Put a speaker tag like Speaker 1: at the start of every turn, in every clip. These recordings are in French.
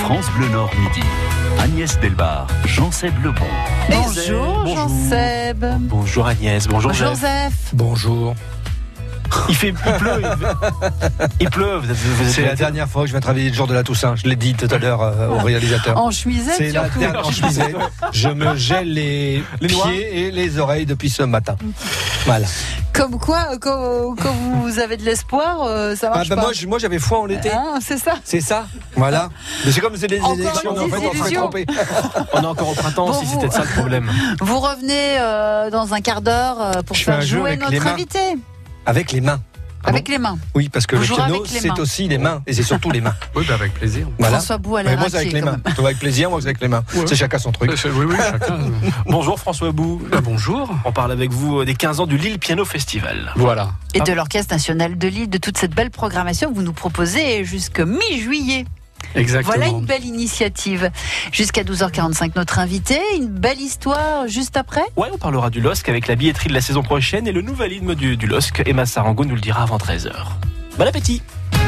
Speaker 1: France Bleu Nord midi. Agnès Delbar, Jean-Seb Lebon.
Speaker 2: Bonjour Jean-Seb.
Speaker 3: Bonjour Agnès, bonjour
Speaker 2: Joseph.
Speaker 4: Bonjour.
Speaker 3: Il pleut. Il pleut.
Speaker 4: C'est la dernière fois que je vais travailler le jour de la Toussaint. Je l'ai dit tout à l'heure au réalisateur.
Speaker 2: En chemisette.
Speaker 4: C'est la
Speaker 2: surtout.
Speaker 4: dernière en chemisette. Je me gèle les pieds et les oreilles depuis ce matin. Voilà.
Speaker 2: Comme quoi, quand vous avez de l'espoir, ça marche pas.
Speaker 4: Moi j'avais foi en été.
Speaker 2: Hein, c'est ça.
Speaker 4: C'est ça. Voilà. Mais c'est comme c'est des
Speaker 2: Encore
Speaker 4: élections.
Speaker 2: une
Speaker 4: En fait, on s'est
Speaker 2: désillusion.
Speaker 4: trompé.
Speaker 3: On est encore au printemps
Speaker 2: Bon,
Speaker 3: aussi, c'est peut-être ça le problème.
Speaker 2: Vous revenez dans un quart d'heure pour
Speaker 4: Je fais
Speaker 2: faire
Speaker 4: un jeu
Speaker 2: jouer
Speaker 4: avec les
Speaker 2: notre
Speaker 4: mains.
Speaker 2: invité.
Speaker 4: Avec les mains.
Speaker 2: Avec les mains.
Speaker 4: Oui, parce que
Speaker 2: Vous
Speaker 4: le
Speaker 2: jouerez
Speaker 4: piano,
Speaker 2: avec les
Speaker 4: c'est
Speaker 2: mains.
Speaker 4: aussi les mains. Et c'est surtout les mains.
Speaker 5: Oui, avec plaisir.
Speaker 4: Voilà.
Speaker 2: François Bou a
Speaker 4: Mais
Speaker 2: l'air
Speaker 4: moi, c'est avec
Speaker 2: inquiet,
Speaker 4: les
Speaker 2: quand
Speaker 4: mains.
Speaker 2: même.
Speaker 4: Toi, avec plaisir, moi, c'est avec les mains.
Speaker 5: Ouais.
Speaker 4: C'est chacun son truc.
Speaker 5: Oui, chacun.
Speaker 3: Bonjour François Bou.
Speaker 5: Bonjour.
Speaker 3: On parle avec vous des 15 ans du Lille Piano Festival.
Speaker 5: Voilà.
Speaker 2: Et de l'Orchestre National de Lille, de toute cette belle programmation que vous nous proposez jusqu'à mi-juillet.
Speaker 5: Exactement.
Speaker 2: Voilà une belle initiative. Jusqu'à 12h45, notre invité. Une belle histoire juste après.
Speaker 3: Ouais, on parlera du LOSC avec la billetterie de la saison prochaine et le nouvel hymne du LOSC. Emma Sarango nous le dira avant 13h. Bon appétit.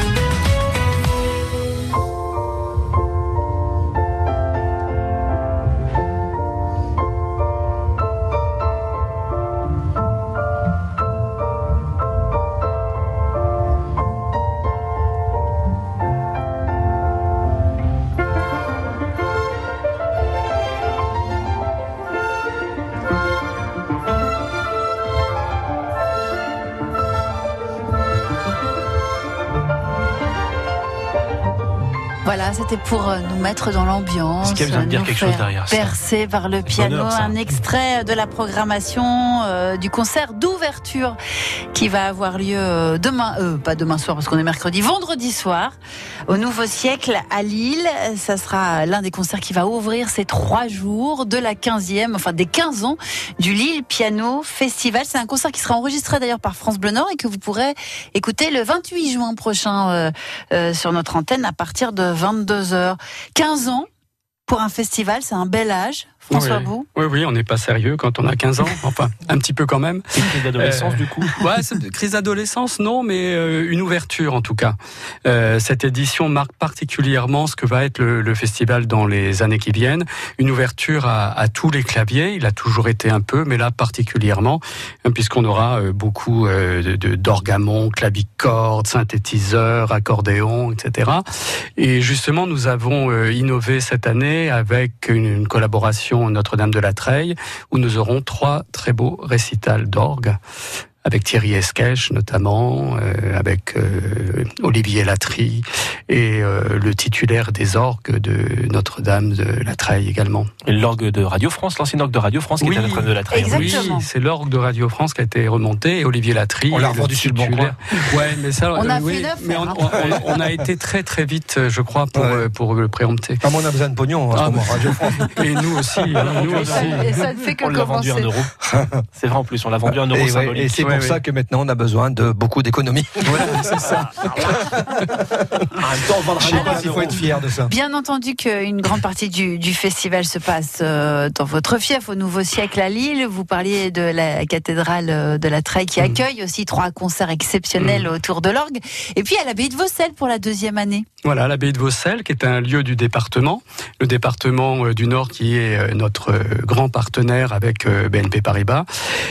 Speaker 2: Voilà, c'était pour nous mettre dans l'ambiance.
Speaker 3: Est-ce qu'il y a besoin de dire
Speaker 2: nous
Speaker 3: quelque chose
Speaker 2: faire
Speaker 3: derrière ça?
Speaker 2: Bercer par le piano,
Speaker 3: bonheur, ça.
Speaker 2: un extrait de la programmation du concert d'ouverture qui va avoir lieu demain, pas demain soir parce qu'on est mercredi, vendredi soir, au Nouveau Siècle à Lille. Ça sera l'un des concerts qui va ouvrir ces 3 jours de la 15e, enfin des 15 ans du Lille Piano Festival. C'est un concert qui sera enregistré d'ailleurs par France Bleu Nord et que vous pourrez écouter le 28 juin prochain sur notre antenne à partir de 22h. 15 ans pour un festival, c'est un bel âge. François Bou.
Speaker 5: Oui, on n'est pas sérieux quand on a 15 ans. Enfin, un petit peu quand même.
Speaker 3: C'est une crise d'adolescence du coup.
Speaker 5: Ouais, c'est une crise d'adolescence, non, mais une ouverture en tout cas. Cette édition marque particulièrement ce que va être le festival dans les années qui viennent. Une ouverture à tous les claviers. Il a toujours été un peu, mais là particulièrement, puisqu'on aura beaucoup d'orgamon, clavicorde, synthétiseur, accordéon, etc. Et justement, nous avons innové cette année avec une collaboration Notre-Dame de la Treille, où nous aurons 3 très beaux récitals d'orgue, avec Thierry Esquèche notamment, avec Olivier Latry, et le titulaire des orgues de Notre-Dame de la Treille également.
Speaker 3: Et l'orgue de Radio France, l'ancien orgue de Radio France qui
Speaker 5: Oui,
Speaker 3: était à Notre-Dame de la Treille.
Speaker 2: exactement.
Speaker 5: Oui, c'est l'orgue de Radio France qui a été remonté, et Olivier Latry.
Speaker 4: On l'a
Speaker 5: est
Speaker 4: revendu sur le bon
Speaker 5: titulaire. Ouais, mais ça,
Speaker 2: On a
Speaker 5: oui,
Speaker 2: fait l'affaire,
Speaker 5: mais on a été très très vite, je crois, pour le préempter.
Speaker 4: Comme on a besoin de pognon en ce moment, Radio France.
Speaker 5: Et nous aussi, nous
Speaker 2: Et ça,
Speaker 5: aussi.
Speaker 2: et ça ne fait que
Speaker 3: On l'a vendu
Speaker 2: commencer.
Speaker 3: 1 €. C'est vrai en plus, on l'a vendu 1 €
Speaker 4: Et
Speaker 3: symbolique.
Speaker 4: c'est pour ça que maintenant on a besoin de beaucoup d'économies.
Speaker 5: Voilà, c'est ça.
Speaker 3: En même temps, on vendra
Speaker 4: Je sais
Speaker 3: pas
Speaker 4: pas
Speaker 3: 1
Speaker 4: s'il faut
Speaker 3: €.
Speaker 4: être fier de ça.
Speaker 2: Bien entendu qu'une grande partie du festival se passe dans votre fief au Nouveau Siècle à Lille. Vous parliez de la cathédrale de la Treille qui accueille aussi 3 concerts exceptionnels autour de l'orgue. Et puis à l'abbaye de Vaucelles pour la 2e année.
Speaker 5: Voilà, l'abbaye de Vaucelles, qui est un lieu du département, le département du Nord qui est notre grand partenaire avec BNP Paribas.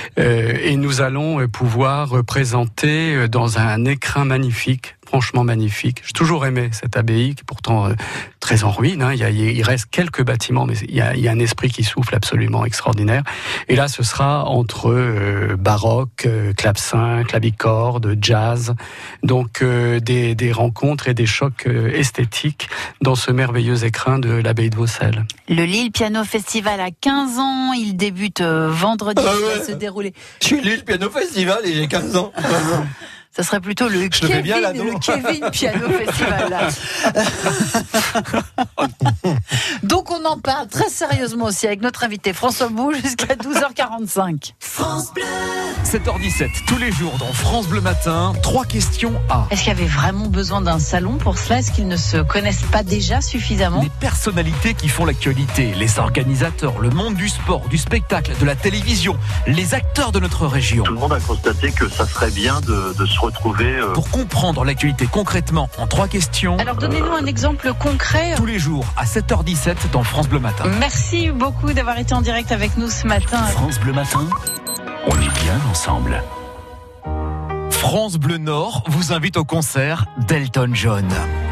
Speaker 5: Et nous allons pouvoir présenter dans un écrin magnifique, franchement magnifique. J'ai toujours aimé cette abbaye, qui est pourtant très en ruine. Hein. Il reste quelques bâtiments, mais il y a un esprit qui souffle absolument extraordinaire. Et là, ce sera entre baroque, clavecin, clavicorde, jazz. Donc des rencontres et des chocs esthétiques dans ce merveilleux écrin de l'abbaye de Vaucelles.
Speaker 2: Le Lille Piano Festival a 15 ans. Il débute vendredi. Il va se dérouler.
Speaker 4: Je suis Lille Piano Festival et j'ai 15 ans.
Speaker 2: Ça serait plutôt le
Speaker 4: Je le fais bien, là, non
Speaker 2: le Kevin Piano Festival. Là. Donc on en parle. très sérieusement aussi avec notre invité François Bou jusqu'à 12h45.
Speaker 1: France Bleu.
Speaker 6: 7h17, tous les jours dans France Bleu Matin, 3 questions à...
Speaker 7: Est-ce qu'il y avait vraiment besoin d'un salon pour cela? Est-ce qu'ils ne se connaissent pas déjà suffisamment?
Speaker 6: Les personnalités qui font l'actualité, les organisateurs, le monde du sport, du spectacle, de la télévision, les acteurs de notre région.
Speaker 8: Tout le monde a constaté que ça serait bien de se retrouver.
Speaker 6: Pour comprendre l'actualité concrètement en 3 questions...
Speaker 7: Alors donnez-nous un exemple concret.
Speaker 6: Tous les jours à 7h17 dans France Bleu Matin.
Speaker 7: Merci beaucoup d'avoir été en direct avec nous ce matin.
Speaker 1: France Bleu Matin, on est bien ensemble.
Speaker 6: France Bleu Nord vous invite au concert d'Elton John.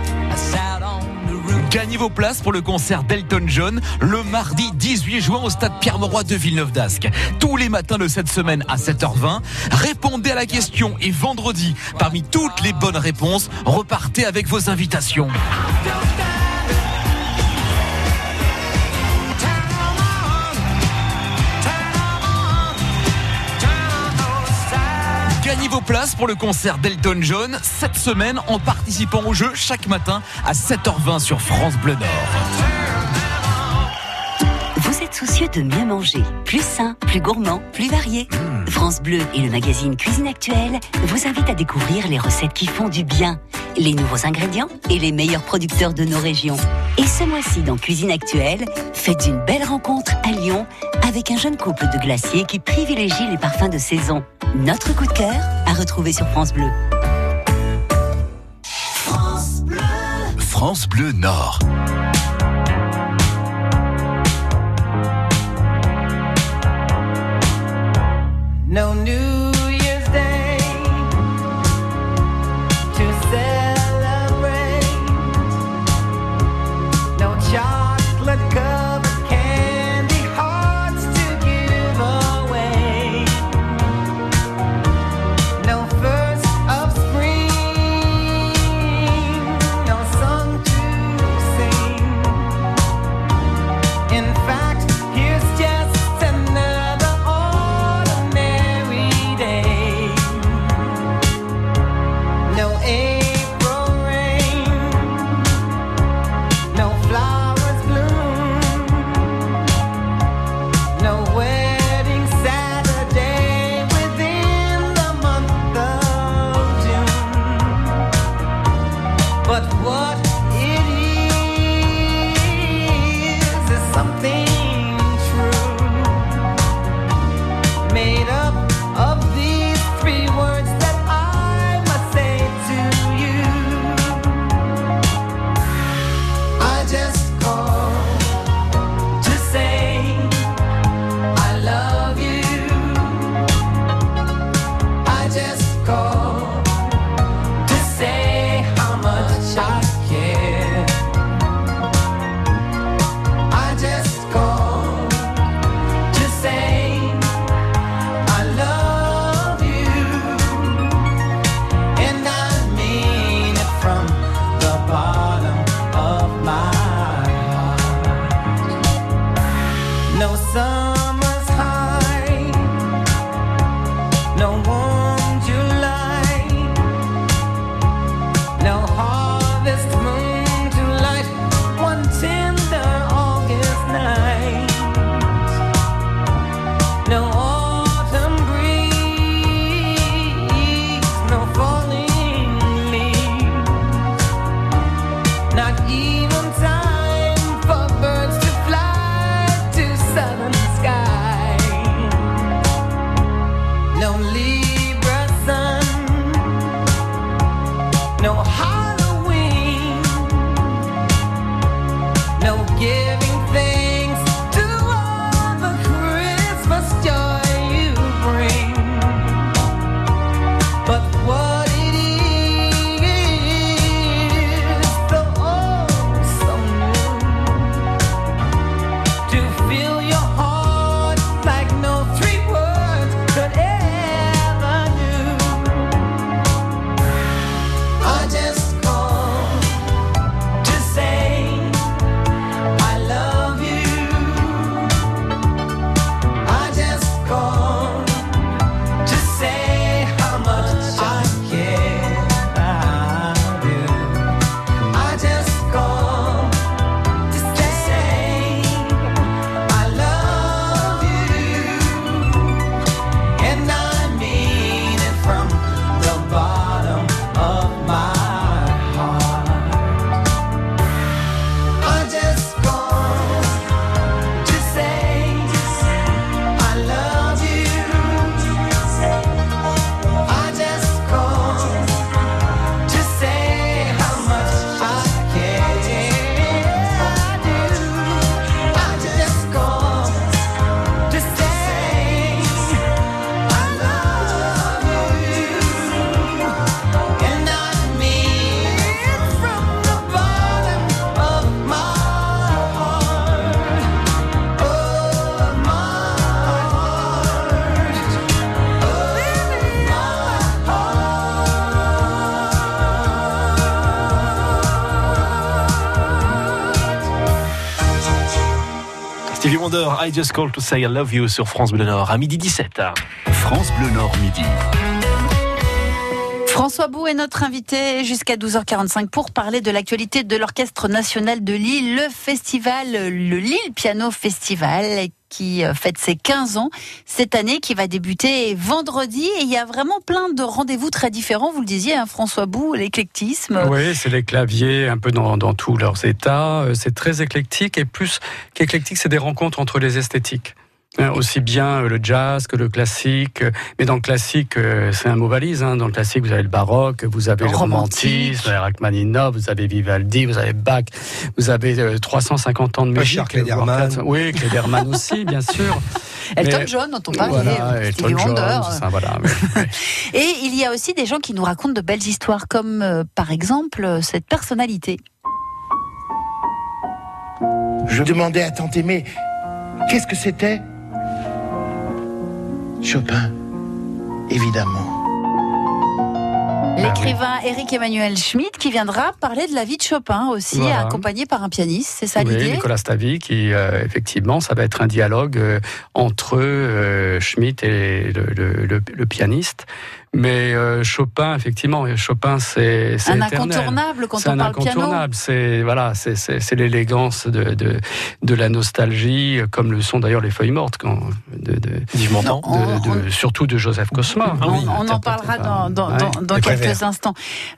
Speaker 6: Gagnez vos places pour le concert d'Elton John le mardi 18 juin au stade Pierre-Mauroy de Villeneuve-d'Ascq. Tous les matins de cette semaine à 7h20, répondez à la question et vendredi, parmi toutes les bonnes réponses, repartez avec vos invitations. Gagnez vos places pour le concert d'Elton John cette semaine en participant au jeu chaque matin à 7h20 sur France Bleu Nord.
Speaker 9: Vous êtes soucieux de mieux manger, plus sain, plus gourmand, plus varié. France Bleu et le magazine Cuisine Actuelle vous invitent à découvrir les recettes qui font du bien, les nouveaux ingrédients et les meilleurs producteurs de nos régions. Et ce mois-ci dans Cuisine Actuelle, faites une belle rencontre à Lyon avec un jeune couple de glaciers qui privilégie les parfums de saison. Notre coup de cœur à retrouver sur France Bleu.
Speaker 1: France Bleu. France Bleu Nord.
Speaker 10: No New Year's Day to celebrate. No chocolate covered candy hearts to give away. No first of spring, no song to sing. In fact, here's just another ordinary day. No April rain, no flowers bloom, no wedding Saturday within the month of June. But what it is something true, made up of these 3 words that I must say to you. I just called to say I love you. I just called to say how much I care. I just called to say I love you, and I mean it from the bottom of my heart. No summer's high, no warm July, no harvest moon to light one tender August night. No autumn breeze, no falling leaves, not even time for birds to fly to southern skies. No Libra sun, no Halloween, no giving thanks to all the Christmas joy you bring. But what it is, so oh so new, to fill your heart like no 3 words could ever do. I just called to say I love
Speaker 3: Stevie Wonder, I Just Called to Say I Love You sur France Bleu Nord à midi 17.
Speaker 1: France Bleu Nord midi.
Speaker 2: François Bou est notre invité jusqu'à 12h45 pour parler de l'actualité de l'Orchestre National de Lille, le festival, le Lille Piano Festival, qui fête ses 15 ans cette année, qui va débuter vendredi. Et il y a vraiment plein de rendez-vous très différents. Vous le disiez, hein, François Bou, l'éclectisme.
Speaker 5: Oui, c'est les claviers un peu dans tous leurs états. C'est très éclectique et plus qu'éclectique, c'est des rencontres entre les esthétiques. Aussi bien le jazz que le classique, mais dans le classique, c'est un mot valise. Dans le classique, vous avez le baroque, vous avez le romantisme, vous avez Rachmaninoff, vous avez Vivaldi, vous avez Bach, vous avez 350 ans de musique.
Speaker 4: Klederman.
Speaker 5: Oui, Klederman aussi, bien sûr.
Speaker 2: Elton John, dont on parlait,
Speaker 5: voilà,
Speaker 2: Stevie Wonder.
Speaker 5: Ça, voilà, ouais.
Speaker 2: Et il y a aussi des gens qui nous racontent de belles histoires, comme par exemple cette personnalité.
Speaker 11: Je demandais à Tante Aimée, qu'est-ce que c'était ? Chopin, évidemment.
Speaker 2: L'écrivain Éric Emmanuel Schmitt qui viendra parler de la vie de Chopin aussi,
Speaker 5: voilà.
Speaker 2: Accompagné par un pianiste, c'est ça
Speaker 5: oui,
Speaker 2: l'idée ?
Speaker 5: Nicolas Stavi, qui effectivement, ça va être un dialogue entre Schmitt et le pianiste. Mais Chopin, effectivement, Chopin, c'est
Speaker 2: un
Speaker 5: éternel.
Speaker 2: Incontournable quand on parle piano.
Speaker 5: C'est l'élégance de la nostalgie, comme le sont d'ailleurs les feuilles mortes,
Speaker 3: Yves Montand,
Speaker 5: surtout de Joseph Cosma.
Speaker 2: On en parlera dans quelques instants.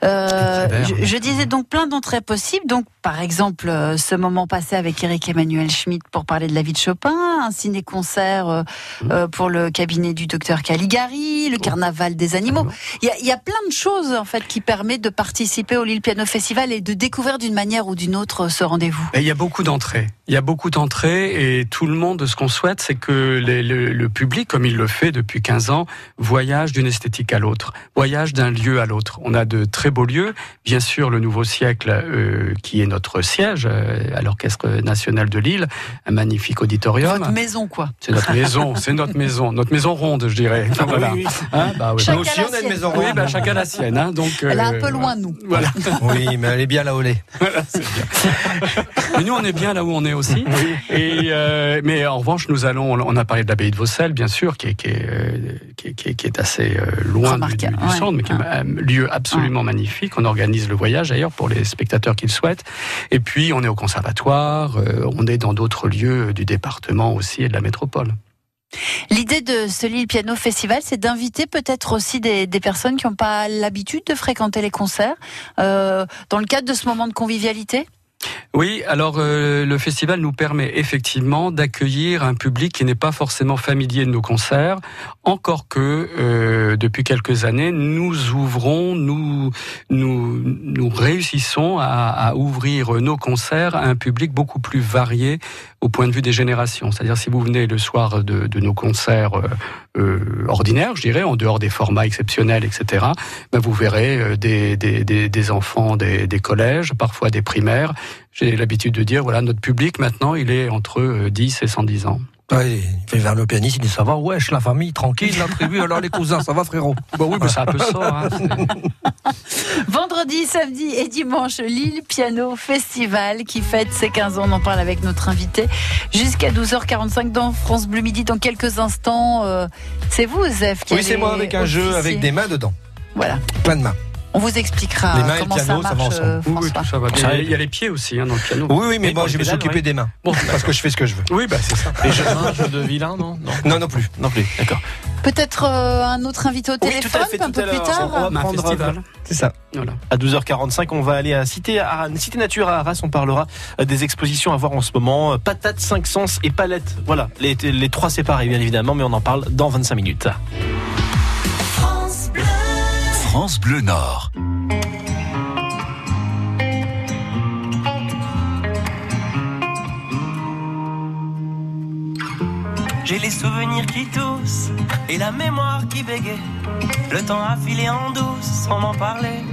Speaker 2: Je disais donc plein d'entrées possibles. Donc, par exemple, ce moment passé avec Éric Emmanuel Schmitt pour parler de la vie de Chopin, un ciné-concert pour le cabinet du docteur Caligari, le carnaval des animaux. Il y a plein de choses en fait qui permettent de participer au Lille Piano Festival et de découvrir d'une manière ou d'une autre ce rendez-vous.
Speaker 5: Et il y a beaucoup d'entrées. Et tout le monde, ce qu'on souhaite, c'est que le public, comme il le fait depuis 15 ans, voyage d'une esthétique à l'autre, voyage d'un lieu à l'autre. On a de très beaux lieux. Bien sûr, le Nouveau Siècle, qui est notre siège à l'Orchestre National de Lille, un magnifique auditorium.
Speaker 2: Votre maison, quoi.
Speaker 5: C'est notre maison, notre maison ronde, je dirais. Enfin, voilà.
Speaker 3: Oui.
Speaker 4: Nous aussi, on a une maison ronde.
Speaker 5: Oui, chacun la sienne. Donc,
Speaker 2: elle est un peu loin de nous.
Speaker 5: Voilà.
Speaker 4: Oui, mais elle est bien là où elle est.
Speaker 5: Voilà, c'est bien. Mais nous, on est bien là où on est aussi. Oui. Mais en revanche, on a parlé de l'abbaye de Vaucelles, bien sûr, qui est assez loin du centre, mais qui est un lieu absolument magnifique. On organise le voyage, d'ailleurs, pour les spectateurs qui le souhaitent. Et puis, on est au conservatoire, on est dans d'autres lieux du département aussi et de la métropole.
Speaker 2: L'idée de ce Lille Piano Festival, c'est d'inviter peut-être aussi des personnes qui n'ont pas l'habitude de fréquenter les concerts dans le cadre de ce moment de convivialité ?
Speaker 5: Oui, alors le festival nous permet effectivement d'accueillir un public qui n'est pas forcément familier de nos concerts, encore que depuis quelques années, nous réussissons à ouvrir nos concerts à un public beaucoup plus varié au point de vue des générations. C'est-à-dire si vous venez le soir de nos concerts ordinaires, je dirais, en dehors des formats exceptionnels, etc., vous verrez des enfants des collèges, parfois des primaires. J'ai l'habitude de dire, voilà, notre public maintenant, il est entre 10 et 110 ans.
Speaker 4: Ouais, il fait vers le pianiste, il dit ça va, wesh, la famille, tranquille, la tribu, alors les cousins, ça va frérot.
Speaker 5: Oui, mais c'est un peu ça.
Speaker 2: Vendredi, samedi et dimanche, Lille Piano Festival qui fête ses 15 ans. On en parle avec notre invité jusqu'à 12h45 dans France Bleu Midi. Dans quelques instants, c'est vous, Zef, qui
Speaker 4: Oui, c'est moi avec un jeu avec des mains dedans.
Speaker 2: Voilà.
Speaker 4: Plein de mains.
Speaker 2: On vous expliquera comment
Speaker 4: piano,
Speaker 2: ça marche,
Speaker 4: ça va ensemble.
Speaker 2: François.
Speaker 5: Oui, tout ça va bien. Il y a les pieds aussi dans le piano.
Speaker 4: Oui, mais moi je vais s'occuper des mains. Bon, parce que je fais ce que je veux.
Speaker 5: Oui, c'est ça.
Speaker 3: Les jeux de vilain, non,
Speaker 4: non plus.
Speaker 3: Non plus, d'accord.
Speaker 2: Peut-être un autre invité au téléphone,
Speaker 3: tout à fait,
Speaker 2: un peu plus tard.
Speaker 3: On va prendre
Speaker 5: festival.
Speaker 4: C'est ça.
Speaker 3: Voilà. À 12h45, on va aller à Cité Nature à Arras. On parlera des expositions à voir en ce moment. Patates, 5 sens et palettes. Voilà, les trois séparés, bien évidemment, mais on en parle dans 25 minutes.
Speaker 1: France Bleu Nord.
Speaker 10: J'ai les souvenirs qui toussent et la mémoire qui bégaye. Le temps a filé en douce sans m'en parler.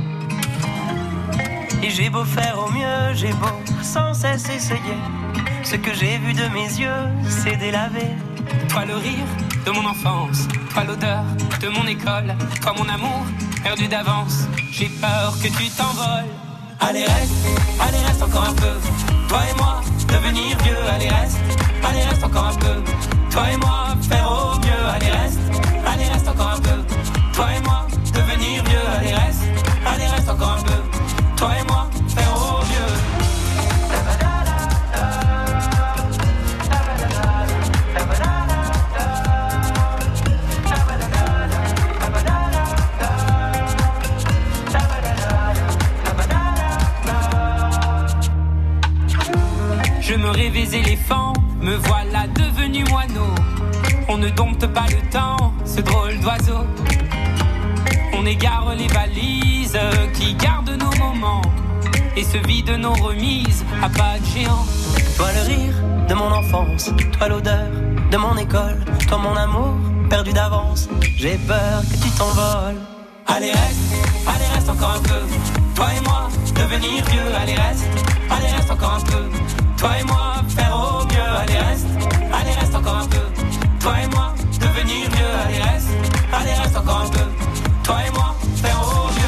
Speaker 10: Et j'ai beau faire au mieux, j'ai beau sans cesse essayer. Ce que j'ai vu de mes yeux, c'est délavé.
Speaker 12: Toi le rire de mon enfance, toi l'odeur de mon école, toi mon amour perdu d'avance. J'ai peur que tu t'envoles. Allez reste encore un peu. Toi et moi, devenir vieux, allez reste allez reste encore un peu. Toi et moi, faire au mieux, allez reste encore un peu. Toi et moi, devenir vieux, allez reste encore un peu. Toi et moi, faire au mieux. Je me rêvais éléphant, me voilà devenu moineau. On ne dompte pas le temps, ce drôle d'oiseau. On égare les valises qui gardent nos moments et se vident nos remises à pas de géant.
Speaker 10: Toi le rire de mon enfance, toi l'odeur de mon école, toi mon amour perdu d'avance. J'ai peur que tu t'envoles.
Speaker 12: Allez reste encore un peu. Toi et moi, devenir vieux, allez reste encore un peu. Toi et moi, faire au mieux, allez reste encore un peu. Toi et moi, devenir vieux, allez reste encore un peu. Toi et moi, faire au mieux.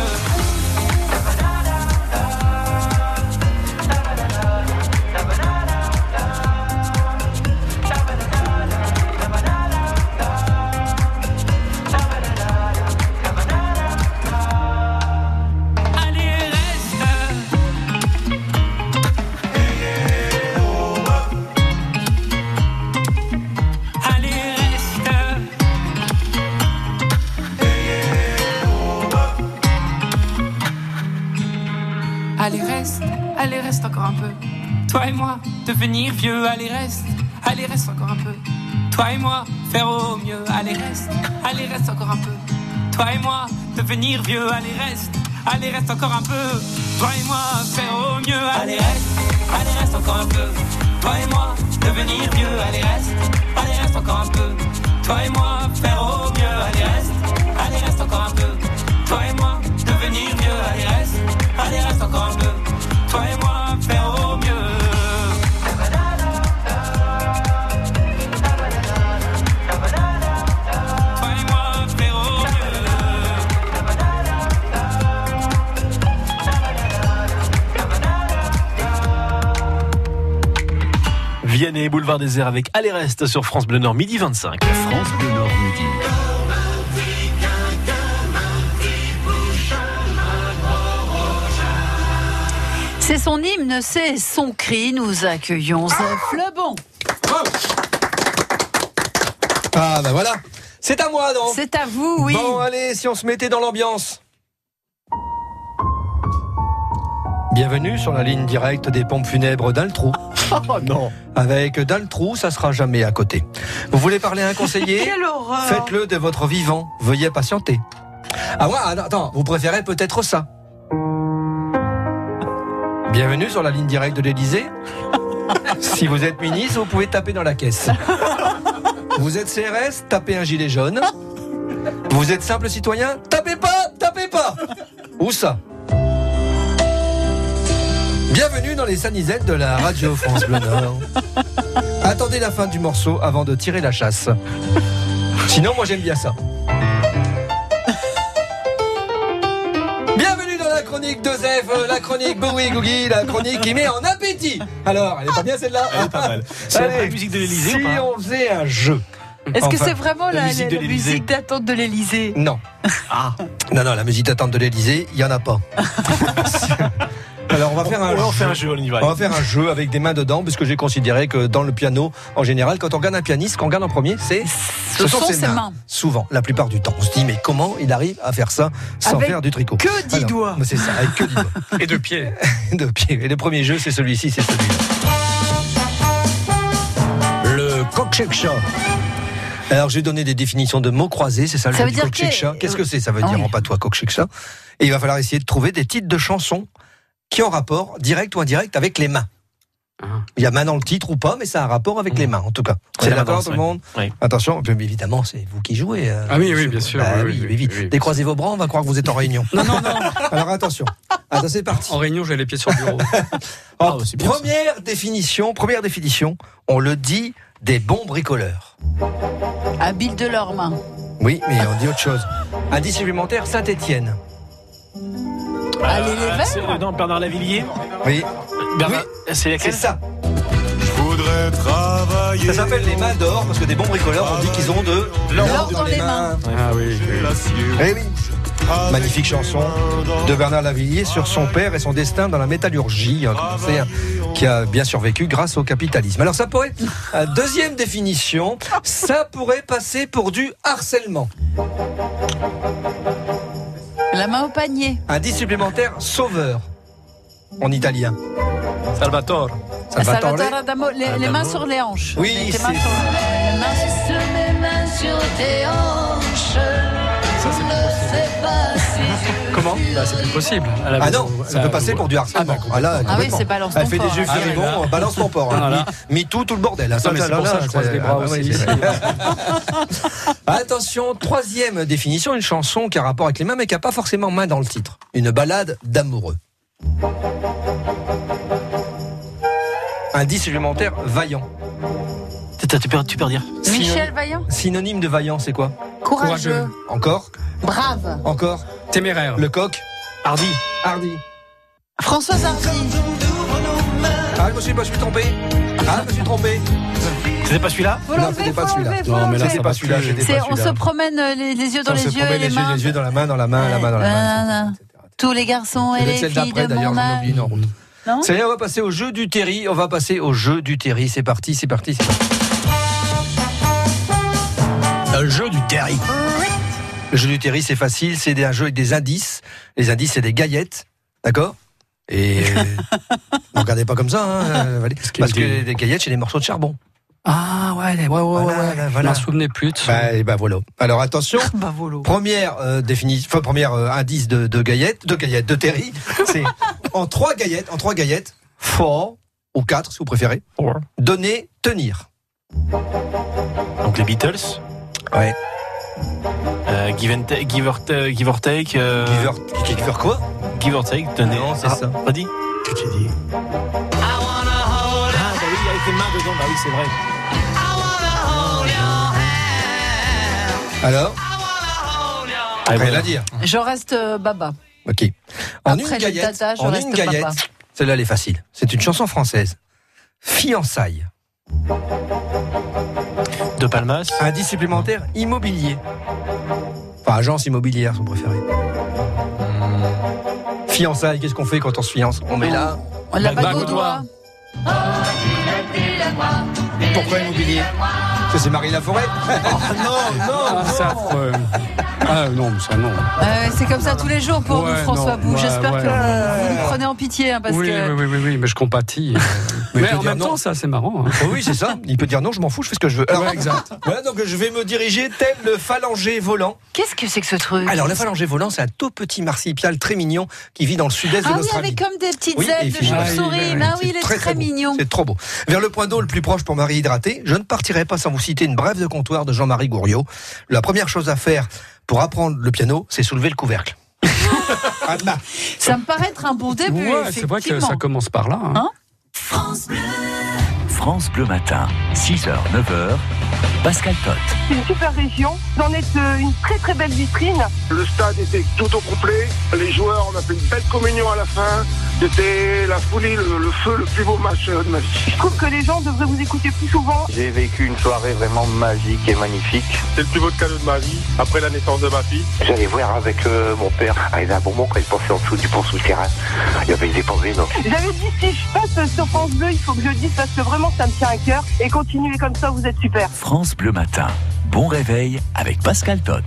Speaker 12: Allez reste encore un peu. Toi et moi, devenir vieux, allez reste encore un peu. Toi et moi, faire au mieux, allez reste encore un peu. Toi et moi, devenir vieux, allez reste encore un peu. Toi et moi, faire au mieux, allez reste encore un peu. Toi et moi, devenir vieux, allez reste encore un peu. Toi et moi, faire au mieux, allez reste encore un peu. Toi et moi, devenir vieux, allez reste encore un peu. Toi et moi, faire au mieux. Toi et moi, faire au
Speaker 3: mieux. Vianney, boulevard des Airs avec Allez reste sur France Bleu Nord, midi 25.
Speaker 1: France Bleu Nord, midi.
Speaker 2: C'est son hymne, c'est son cri. Nous accueillons Zef Lebon.
Speaker 4: Ah ben voilà, c'est à moi donc.
Speaker 2: C'est à vous, oui.
Speaker 4: Bon allez, si on se mettait dans l'ambiance. Bienvenue sur la ligne directe des pompes funèbres d'Altrou.
Speaker 3: Oh non.
Speaker 4: Avec Daltrou, ça sera jamais à côté. Vous voulez parler à un conseiller?
Speaker 2: Quelle horreur.
Speaker 4: Faites-le de votre vivant. Veuillez patienter. Ah ouais, attends, vous préférez peut-être ça. Bienvenue sur la ligne directe de l'Élysée. Si vous êtes ministre, vous pouvez taper dans la caisse. Vous êtes CRS, tapez un gilet jaune. Vous êtes simple citoyen, tapez pas. Où ça? Bienvenue dans les sanisettes de la radio France Bleu Nord. Attendez la fin du morceau avant de tirer la chasse. Sinon, moi j'aime bien ça. Bienvenue dans la chronique de Zef, la chronique Boui Googie, la chronique qui met en appétit. Alors, elle est pas bien celle-là?
Speaker 3: Elle est pas mal. C'est la musique de l'Élysée
Speaker 4: si
Speaker 3: ou pas?
Speaker 4: on faisait un jeu.
Speaker 2: Est-ce que c'est vraiment la
Speaker 3: musique
Speaker 2: d'attente de l'Élysée?
Speaker 4: Non.
Speaker 3: Ah.
Speaker 4: Non, la musique d'attente de l'Élysée, il n'y en a pas. Alors on va faire un jeu. On va faire un jeu avec des mains dedans, parce que j'ai considéré que dans le piano, en général, quand on regarde un pianiste, ce qu'on regarde en premier, ce sont ses mains. Souvent, la plupart du temps. On se dit, mais comment il arrive à faire ça sans
Speaker 2: avec
Speaker 4: faire du tricot?
Speaker 2: Que 10 doigts.
Speaker 4: C'est ça, avec que 10 doigts.
Speaker 5: Et de pieds.
Speaker 4: De pieds. Et le premier jeu, c'est celui-ci, c'est celui-là. Le coq-shake-chat. Alors, j'ai donné des définitions de mots croisés, c'est ça le jeu du coq-shake-chat. Qu'est-ce que c'est? Ça veut dire en patois coq-shake-chat. Et il va falloir essayer de trouver des titres de chansons qui ont rapport, direct ou indirect, avec les mains. Il y a main dans le titre ou pas, mais ça a un rapport avec les mains, en tout cas. C'est d'accord, tout le monde? Oui. Attention, évidemment, c'est vous qui jouez.
Speaker 5: Ah oui, bien sûr.
Speaker 4: Oui. Décroisez vos bras, on va croire que vous êtes en réunion. Non. Alors attention. Attends, c'est parti.
Speaker 5: En réunion, j'ai les pieds sur le bureau.
Speaker 4: Première définition, on le dit, des bons bricoleurs.
Speaker 2: Habiles de leurs mains.
Speaker 4: Oui, mais on dit autre chose. Indice supplémentaire, Saint-Étienne.
Speaker 2: Allez les Verts.
Speaker 3: Non, Bernard Lavillier.
Speaker 4: Oui.
Speaker 3: Bernard, c'est
Speaker 4: ça.
Speaker 13: Je voudrais
Speaker 4: Ça s'appelle les mains d'or parce que des bons bricoleurs ont dit qu'ils ont de l'or dans les mains.
Speaker 5: Ah oui.
Speaker 4: Eh oui. Magnifique chanson de Bernard Lavilliers sur son père et son destin dans la métallurgie, qui a bien survécu grâce au capitalisme. Alors ça pourrait, deuxième définition, ça pourrait passer pour du harcèlement.
Speaker 2: La main au panier.
Speaker 4: Indice supplémentaire, sauveur, en italien. Salvatore.
Speaker 2: Salvatore Adamo, les mains sur les hanches.
Speaker 4: Oui,
Speaker 2: les mains sur tes hanches.
Speaker 5: Ça, c'est
Speaker 2: Comment
Speaker 5: c'est plus possible.
Speaker 4: Ah non, ça peut passer pour du harcèlement.
Speaker 2: Ah oui, c'est balance ton
Speaker 4: Elle fait
Speaker 2: port.
Speaker 4: des yeux furibonds, balance ton port. MeToo, tout le bordel.
Speaker 5: C'est pour ça que je croise les bras aussi.
Speaker 4: Attention, troisième définition, une chanson qui a rapport avec les mains, mais qui n'a pas forcément main dans le titre. Une ballade d'amoureux. Indice supplémentaire, vaillant.
Speaker 3: Tu peux dire.
Speaker 2: Michel Vaillant.
Speaker 4: Synonyme de vaillant, c'est quoi?
Speaker 2: Courageux.
Speaker 4: Encore?
Speaker 2: Brave.
Speaker 4: Encore?
Speaker 5: Téméraire.
Speaker 4: Le coq?
Speaker 3: Hardy.
Speaker 2: Françoise Hardy.
Speaker 4: Ah, je me suis trompé.
Speaker 3: C'était pas celui-là?
Speaker 4: Non, c'était pas celui-là.
Speaker 5: Non, mais là,
Speaker 4: c'est pas celui-là.
Speaker 2: On se promène les yeux dans les yeux et les mains.
Speaker 4: Les yeux dans la main, la main.
Speaker 2: Tous les garçons et les filles de mon âge. Non.
Speaker 4: Ça y est, on va passer au jeu du Terry. C'est parti. Le jeu du Terry. Le jeu du Terry, c'est facile. C'est un jeu avec des indices. Les indices, c'est des gaillettes. D'accord? Et ne regardez pas comme ça, parce que des gaillettes, c'est des morceaux de charbon.
Speaker 5: Ah ouais. Je m'en souvenais plus de ça.
Speaker 4: Voilà. Alors attention. Première indice de Terry, c'est en trois gaillettes, fort ou 4 si vous préférez. Donner, tenir.
Speaker 3: Donc les Beatles.
Speaker 4: Ouais.
Speaker 3: Give or take.
Speaker 4: Give or quoi?
Speaker 3: Give or take. Donner.
Speaker 4: Non, c'est ça.
Speaker 3: Pas dit.
Speaker 4: Que tu dis?
Speaker 3: Oui, avec les mains dedans. Oui, c'est vrai.
Speaker 4: Alors, rien à dire.
Speaker 2: Je reste baba.
Speaker 4: Ok. En
Speaker 2: Après
Speaker 4: une gaillette,
Speaker 2: tata, je reste papa.
Speaker 4: celle-là elle est facile. C'est une chanson française. Fiançailles.
Speaker 3: De Palmas.
Speaker 4: Indice supplémentaire, immobilier. Enfin, agence immobilière, son préféré. Fiançailles, qu'est-ce qu'on fait quand on se fiance? On met là.
Speaker 2: On l'a pas au doigt.
Speaker 4: Pourquoi immobilier? Parce que c'est Marie Laforêt.
Speaker 5: Non, c'est affreux. Ah non, ça non.
Speaker 2: C'est comme ça tous les jours pour vous, François Bou. J'espère que vous nous prenez en pitié. Parce
Speaker 5: oui, mais je compatis. Mais en même temps, c'est assez marrant.
Speaker 4: Oui, c'est ça. Il peut dire non, je m'en fous, je fais ce que je veux. Alors,
Speaker 5: exact.
Speaker 4: Voilà, donc je vais me diriger tel le phalangé volant.
Speaker 2: Qu'est-ce que c'est que ce truc?
Speaker 4: Alors, le phalangé volant, c'est un tout petit marsupial très mignon qui vit dans le sud-est de l'Australie.
Speaker 2: Ah oui, avec comme des petites ailes de chauve-souris. Il est très mignon.
Speaker 4: C'est trop beau. Vers le point d'eau le plus proche pour Marie hydratée, je ne partirai pas sans vous citer une brève de comptoir de Jean-Marie Gouriot. La première chose à faire pour apprendre le piano, c'est soulever le couvercle.
Speaker 2: Ça me paraît être un bon début.
Speaker 5: Ouais, c'est vrai que ça commence par là.
Speaker 1: France Bleu Matin, 6h, 9h, Pascal Tot.
Speaker 13: C'est une super région. Vous en êtes une très très belle vitrine.
Speaker 14: Le stade était tout au complet. Les joueurs, on a fait une belle communion à la fin. C'était la folie, le feu, le plus beau match de ma vie.
Speaker 13: Je trouve que les gens devraient vous écouter plus souvent.
Speaker 8: J'ai vécu une soirée vraiment magique et magnifique.
Speaker 14: C'est le plus beau cadeau de ma vie, après la naissance de ma fille.
Speaker 15: J'allais voir avec mon père, il y avait un bon moment quand il passait en dessous du pont souterrain. Il y avait des pensées, non.
Speaker 13: J'avais dit, si je passe sur France Bleu, il faut que je le dise parce que vraiment ça me tient à cœur. Et continuez comme ça, vous êtes super.
Speaker 1: France Bleu Matin, bon réveil avec Pascal Tot.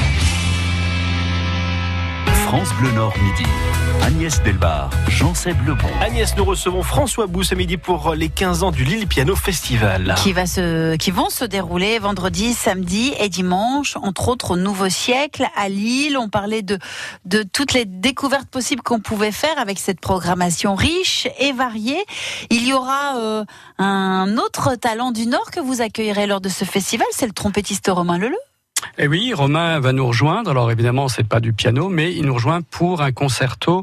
Speaker 1: France Bleu Nord midi. Agnès Delbar, Jean-Seb Lebon.
Speaker 3: Agnès, nous recevons François Bou ce midi pour les 15 ans du Lille Piano Festival.
Speaker 2: Qui vont se dérouler vendredi, samedi et dimanche, entre autres au Nouveau Siècle, à Lille. On parlait de toutes les découvertes possibles qu'on pouvait faire avec cette programmation riche et variée. Il y aura un autre talent du Nord que vous accueillerez lors de ce festival, c'est le trompettiste Romain Leleu.
Speaker 5: Et oui, Romain va nous rejoindre. Alors évidemment, c'est pas du piano, mais il nous rejoint pour un concerto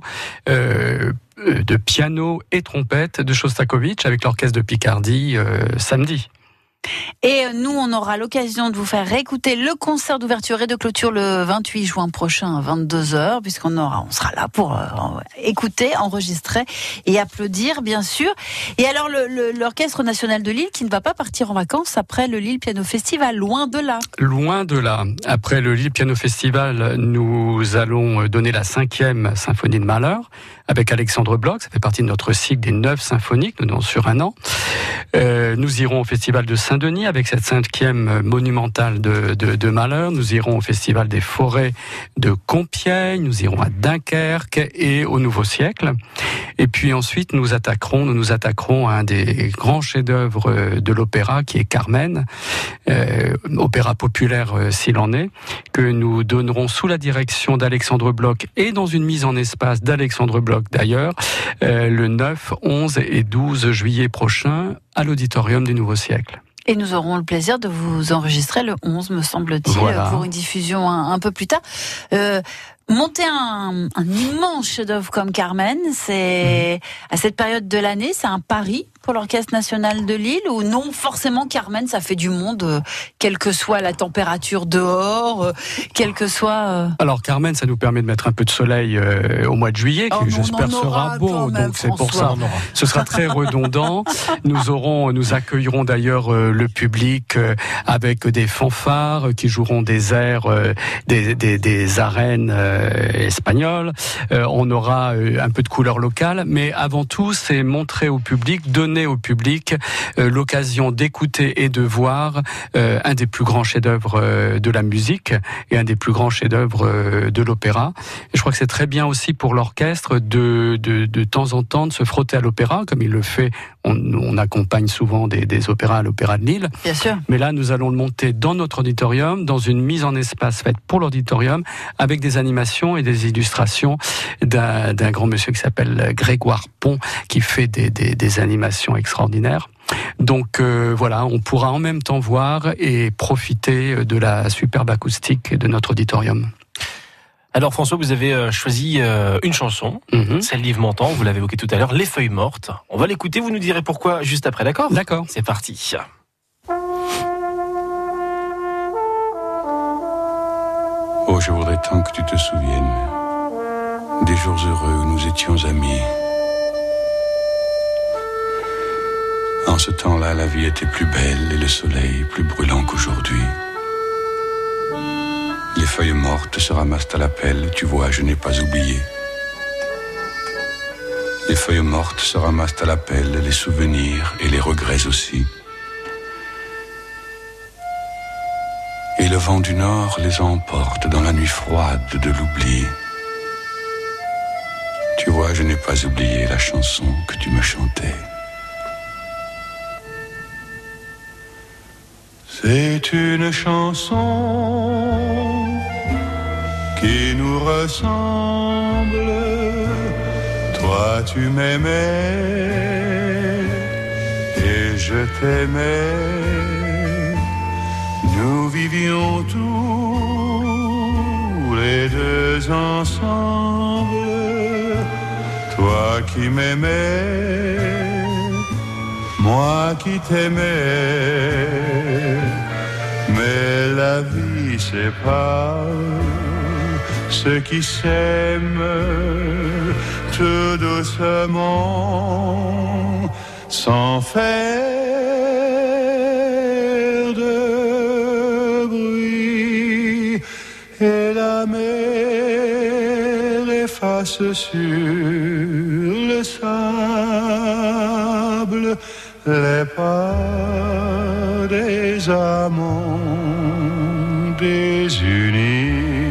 Speaker 5: de piano et trompette de Shostakovich avec l'orchestre de Picardie samedi.
Speaker 2: Et nous, on aura l'occasion de vous faire réécouter le concert d'ouverture et de clôture le 28 juin prochain à 22h, puisqu'on sera là pour écouter, enregistrer et applaudir, bien sûr. Et alors, l'Orchestre National de Lille qui ne va pas partir en vacances après le Lille Piano Festival, loin de là.
Speaker 5: Loin de là. Après le Lille Piano Festival, nous allons donner la 5e symphonie de Mahler avec Alexandre Bloch. Ça fait partie de notre cycle des 9 symphoniques, nous donnons sur un an. Nous irons au Festival de Saint-Denis avec cette 5e monumentale de Mahler. Nous irons au Festival des Forêts de Compiègne. Nous irons à Dunkerque et au Nouveau Siècle. Et puis ensuite, nous nous attaquerons à un des grands chefs-d'œuvre de l'opéra qui est Carmen, opéra populaire s'il en est, que nous donnerons sous la direction d'Alexandre Bloch et dans une mise en espace d'Alexandre Bloch d'ailleurs, le 9, 11 et 12 juillet prochain à l'Auditorium du Nouveau Siècle.
Speaker 2: Et nous aurons le plaisir de vous enregistrer le 11, me semble-t-il, pour une diffusion un peu plus tard. Monter un immense chef-d'œuvre comme Carmen, c'est à cette période de l'année, c'est un pari pour l'Orchestre National de Lille, ou non, forcément Carmen, ça fait du monde, quelle que soit la température dehors, quelle que soit...
Speaker 5: Alors Carmen, ça nous permet de mettre un peu de soleil au mois de juillet, qui j'espère sera beau, donc c'est pour ça. Ce sera très redondant. Nous accueillerons d'ailleurs le public avec des fanfares qui joueront des airs, des arènes espagnoles. On aura un peu de couleur locale, mais avant tout, c'est montrer au public, donner au public l'occasion d'écouter et de voir un des plus grands chefs-d'œuvre de la musique et un des plus grands chefs-d'œuvre de l'opéra. Et je crois que c'est très bien aussi pour l'orchestre de temps en temps de se frotter à l'opéra, comme il le fait. On accompagne souvent des opéras à l'Opéra de Lille.
Speaker 2: Bien sûr.
Speaker 5: Mais là, nous allons le monter dans notre auditorium, dans une mise en espace faite pour l'auditorium, avec des animations et des illustrations d'un grand monsieur qui s'appelle Grégoire Pont, qui fait des animations extraordinaires. Donc voilà, on pourra en même temps voir et profiter de la superbe acoustique de notre auditorium.
Speaker 3: Alors François, vous avez choisi une chanson, celle d'Yves Montand, vous l'avez évoqué tout à l'heure, Les Feuilles Mortes. On va l'écouter, vous nous direz pourquoi juste après, d'accord ?
Speaker 5: D'accord.
Speaker 3: C'est parti.
Speaker 16: Oh, je voudrais tant que tu te souviennes des jours heureux où nous étions amis. En ce temps-là, la vie était plus belle et le soleil plus brûlant qu'aujourd'hui. Les feuilles mortes se ramassent à la pelle, tu vois, je n'ai pas oublié. Les feuilles mortes se ramassent à la pelle, les souvenirs et les regrets aussi. Et le vent du nord les emporte dans la nuit froide de l'oubli. Tu vois, je n'ai pas oublié la chanson que tu me chantais. C'est une chanson qui nous ressemble. Toi tu m'aimais et je t'aimais. Nous vivions tous les deux ensemble. Toi qui m'aimais, moi qui t'aimais. Mais la vie sépare ceux qui s'aiment tout doucement, sans faire de bruit. Et la mer efface sur le sable les pas des amants désunis.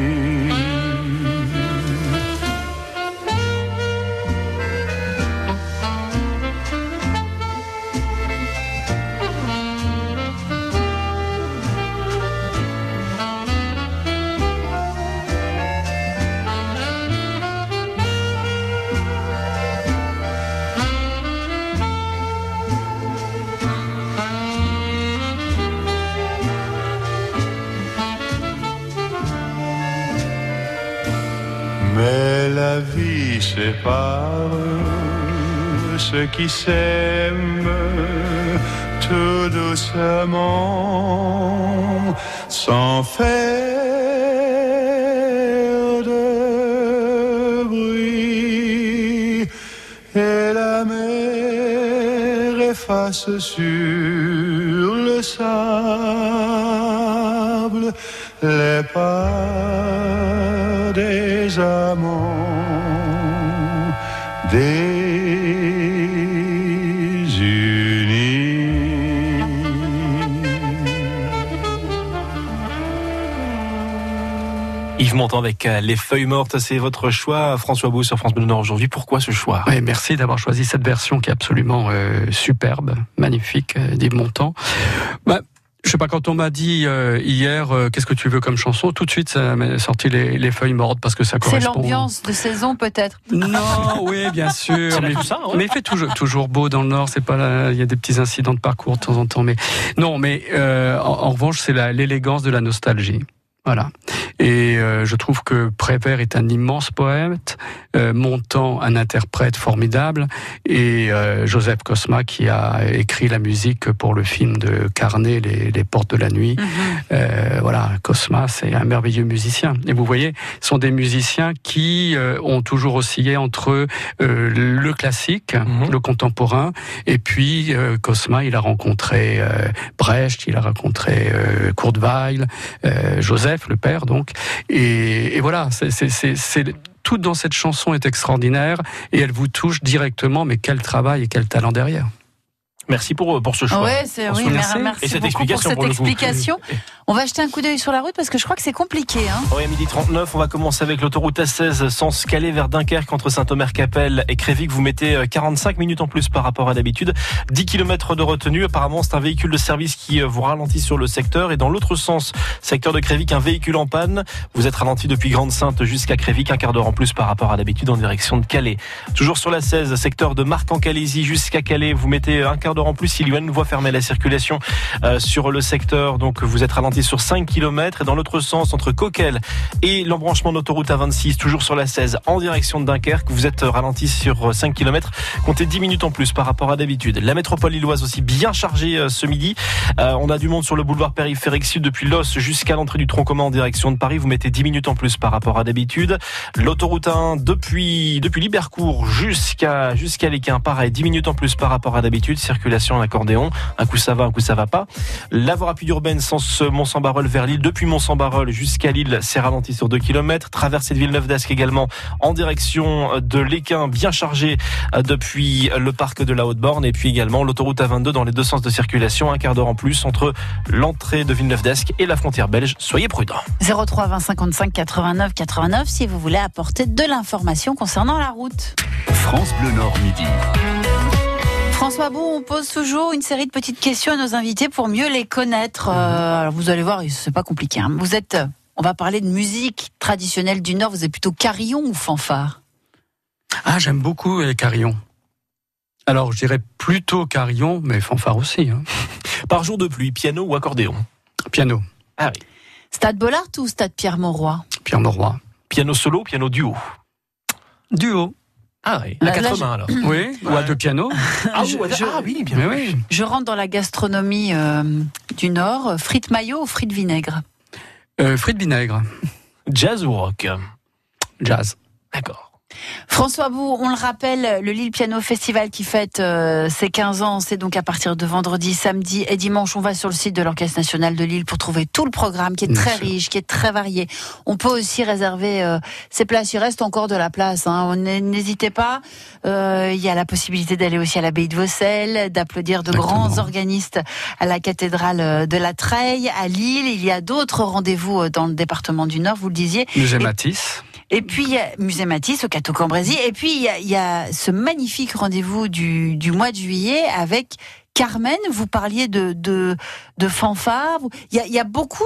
Speaker 16: Mais la vie sépare ceux qui s'aiment tout doucement, sans faire de bruit, et la mer efface sur le sable les pas des amants désunis.
Speaker 3: Yves Montand avec Les Feuilles Mortes, c'est votre choix, François Beau sur France Bleu Nord aujourd'hui. Pourquoi ce choix ?
Speaker 5: Oui, merci d'avoir choisi cette version qui est absolument superbe, magnifique d'Yves Montand. Je sais pas, quand on m'a dit hier, qu'est-ce que tu veux comme chanson, tout de suite ça m'a sorti les Feuilles Mortes parce que ça correspond.
Speaker 2: C'est l'ambiance de saison peut-être.
Speaker 5: Non, oui, bien sûr. Mais,
Speaker 3: ça, ouais.
Speaker 5: Mais il fait toujours beau dans le Nord. C'est pas là, il y a des petits incidents de parcours de temps en temps, mais non. Mais en revanche, c'est l'élégance de la nostalgie. Voilà. Et je trouve que Prévert est un immense poète, Montand un interprète formidable, et Joseph Cosma qui a écrit la musique pour le film de Carnet, Les Portes de la Nuit. Voilà, Cosma, c'est un merveilleux musicien. Et vous voyez, ce sont des musiciens qui ont toujours oscillé entre le classique, le contemporain, et puis Cosma, il a rencontré Brecht, il a rencontré Kurt Weill, Joseph, le père donc, et voilà, c'est tout dans cette chanson est extraordinaire et elle vous touche directement, mais quel travail et quel talent derrière.
Speaker 3: Merci pour ce choix.
Speaker 2: Ouais, oui, merci
Speaker 3: et cette
Speaker 2: beaucoup
Speaker 3: explication
Speaker 2: pour cette explication.
Speaker 3: coup.
Speaker 2: On va jeter un coup d'œil sur la route parce que je crois que c'est compliqué.
Speaker 3: Oui, à 12h39, on va commencer avec l'autoroute A16, sens Calais vers Dunkerque, entre Saint-Omer-Capelle et Crévic. Vous mettez 45 minutes en plus par rapport à d'habitude. 10 km de retenue. Apparemment, c'est un véhicule de service qui vous ralentit sur le secteur. Et dans l'autre sens, secteur de Crévic, un véhicule en panne. Vous êtes ralenti depuis Grande-Sainte jusqu'à Crévic, un quart d'heure en plus par rapport à d'habitude en direction de Calais. Toujours sur la 16, secteur de Marc-en-Calaisis jusqu'à Calais. Vous mettez un quart d'heure en plus. Il y a une voie fermée à la circulation sur le secteur. Donc, vous êtes ralenti sur 5 km. Et dans l'autre sens, entre Coquelles et l'embranchement d'autoroute A26, toujours sur la 16, en direction de Dunkerque, vous êtes ralenti sur 5 km. Comptez 10 minutes en plus par rapport à d'habitude. La métropole lilloise aussi bien chargée ce midi. On a du monde sur le boulevard périphérique sud depuis Los jusqu'à l'entrée du tronc commun en direction de Paris. Vous mettez 10 minutes en plus par rapport à d'habitude. L'autoroute 1 depuis Libercourt jusqu'à l'Équin, pareil, 10 minutes en plus par rapport à d'habitude. Circulation en accordéon. Un coup ça va pas. La voie rapide urbaine sens Mont-Saint-Barreul vers Lille, depuis Mont-Saint-Barreul jusqu'à Lille, c'est ralenti sur 2 km. Traversée de Villeneuve-d'Ascq également en direction de l'Équin, bien chargé depuis le parc de la Haute-Borne. Et puis également l'autoroute A22 dans les deux sens de circulation, un quart d'heure en plus entre l'entrée de Villeneuve-d'Ascq et la frontière belge. Soyez prudents.
Speaker 2: 03 20 55 89 89 si vous voulez apporter de l'information concernant la route.
Speaker 1: France Bleu Nord midi.
Speaker 2: François Beau, on pose toujours une série de petites questions à nos invités pour mieux les connaître. Alors vous allez voir, c'est pas compliqué. On va parler de musique traditionnelle du Nord. Vous êtes plutôt carillon ou fanfare ?
Speaker 5: Ah, j'aime beaucoup les carillons. Alors, je dirais plutôt carillon, mais fanfare aussi.
Speaker 3: Par jour de pluie, piano ou accordéon ?
Speaker 5: Piano.
Speaker 3: Ah oui.
Speaker 2: Stade Bollard ou Stade Pierre-Mauroy ?
Speaker 5: Pierre-Mauroy.
Speaker 3: Piano solo, piano duo ?
Speaker 5: Duo.
Speaker 3: Ah oui, à 4 mains alors.
Speaker 5: Oui, ou à 2 pianos.
Speaker 3: Oui, bien oui.
Speaker 2: Je rentre dans la gastronomie du Nord. Frites mayo ou frites vinaigre ?
Speaker 5: Frites vinaigre.
Speaker 3: Jazz ou rock ?
Speaker 5: Jazz.
Speaker 3: D'accord.
Speaker 2: François Bou, on le rappelle, le Lille Piano Festival qui fête ses 15 ans, c'est donc à partir de vendredi, samedi et dimanche. On va sur le site de l'Orchestre National de Lille pour trouver tout le programme qui est très riche, qui est très varié. On peut aussi réserver ses places, il reste encore de la place. N'hésitez pas, il y a la possibilité d'aller aussi à l'abbaye de Vaucelles, d'applaudir de grands organistes à la cathédrale de la Treille, à Lille. Il y a d'autres rendez-vous dans le département du Nord, vous le disiez.
Speaker 5: Musée Matisse.
Speaker 2: Et puis, il y a Musée Matisse au Cateau-Cambrésis. Et puis, il y a ce magnifique rendez-vous du mois de juillet avec Carmen. Vous parliez de fanfare. Il y a beaucoup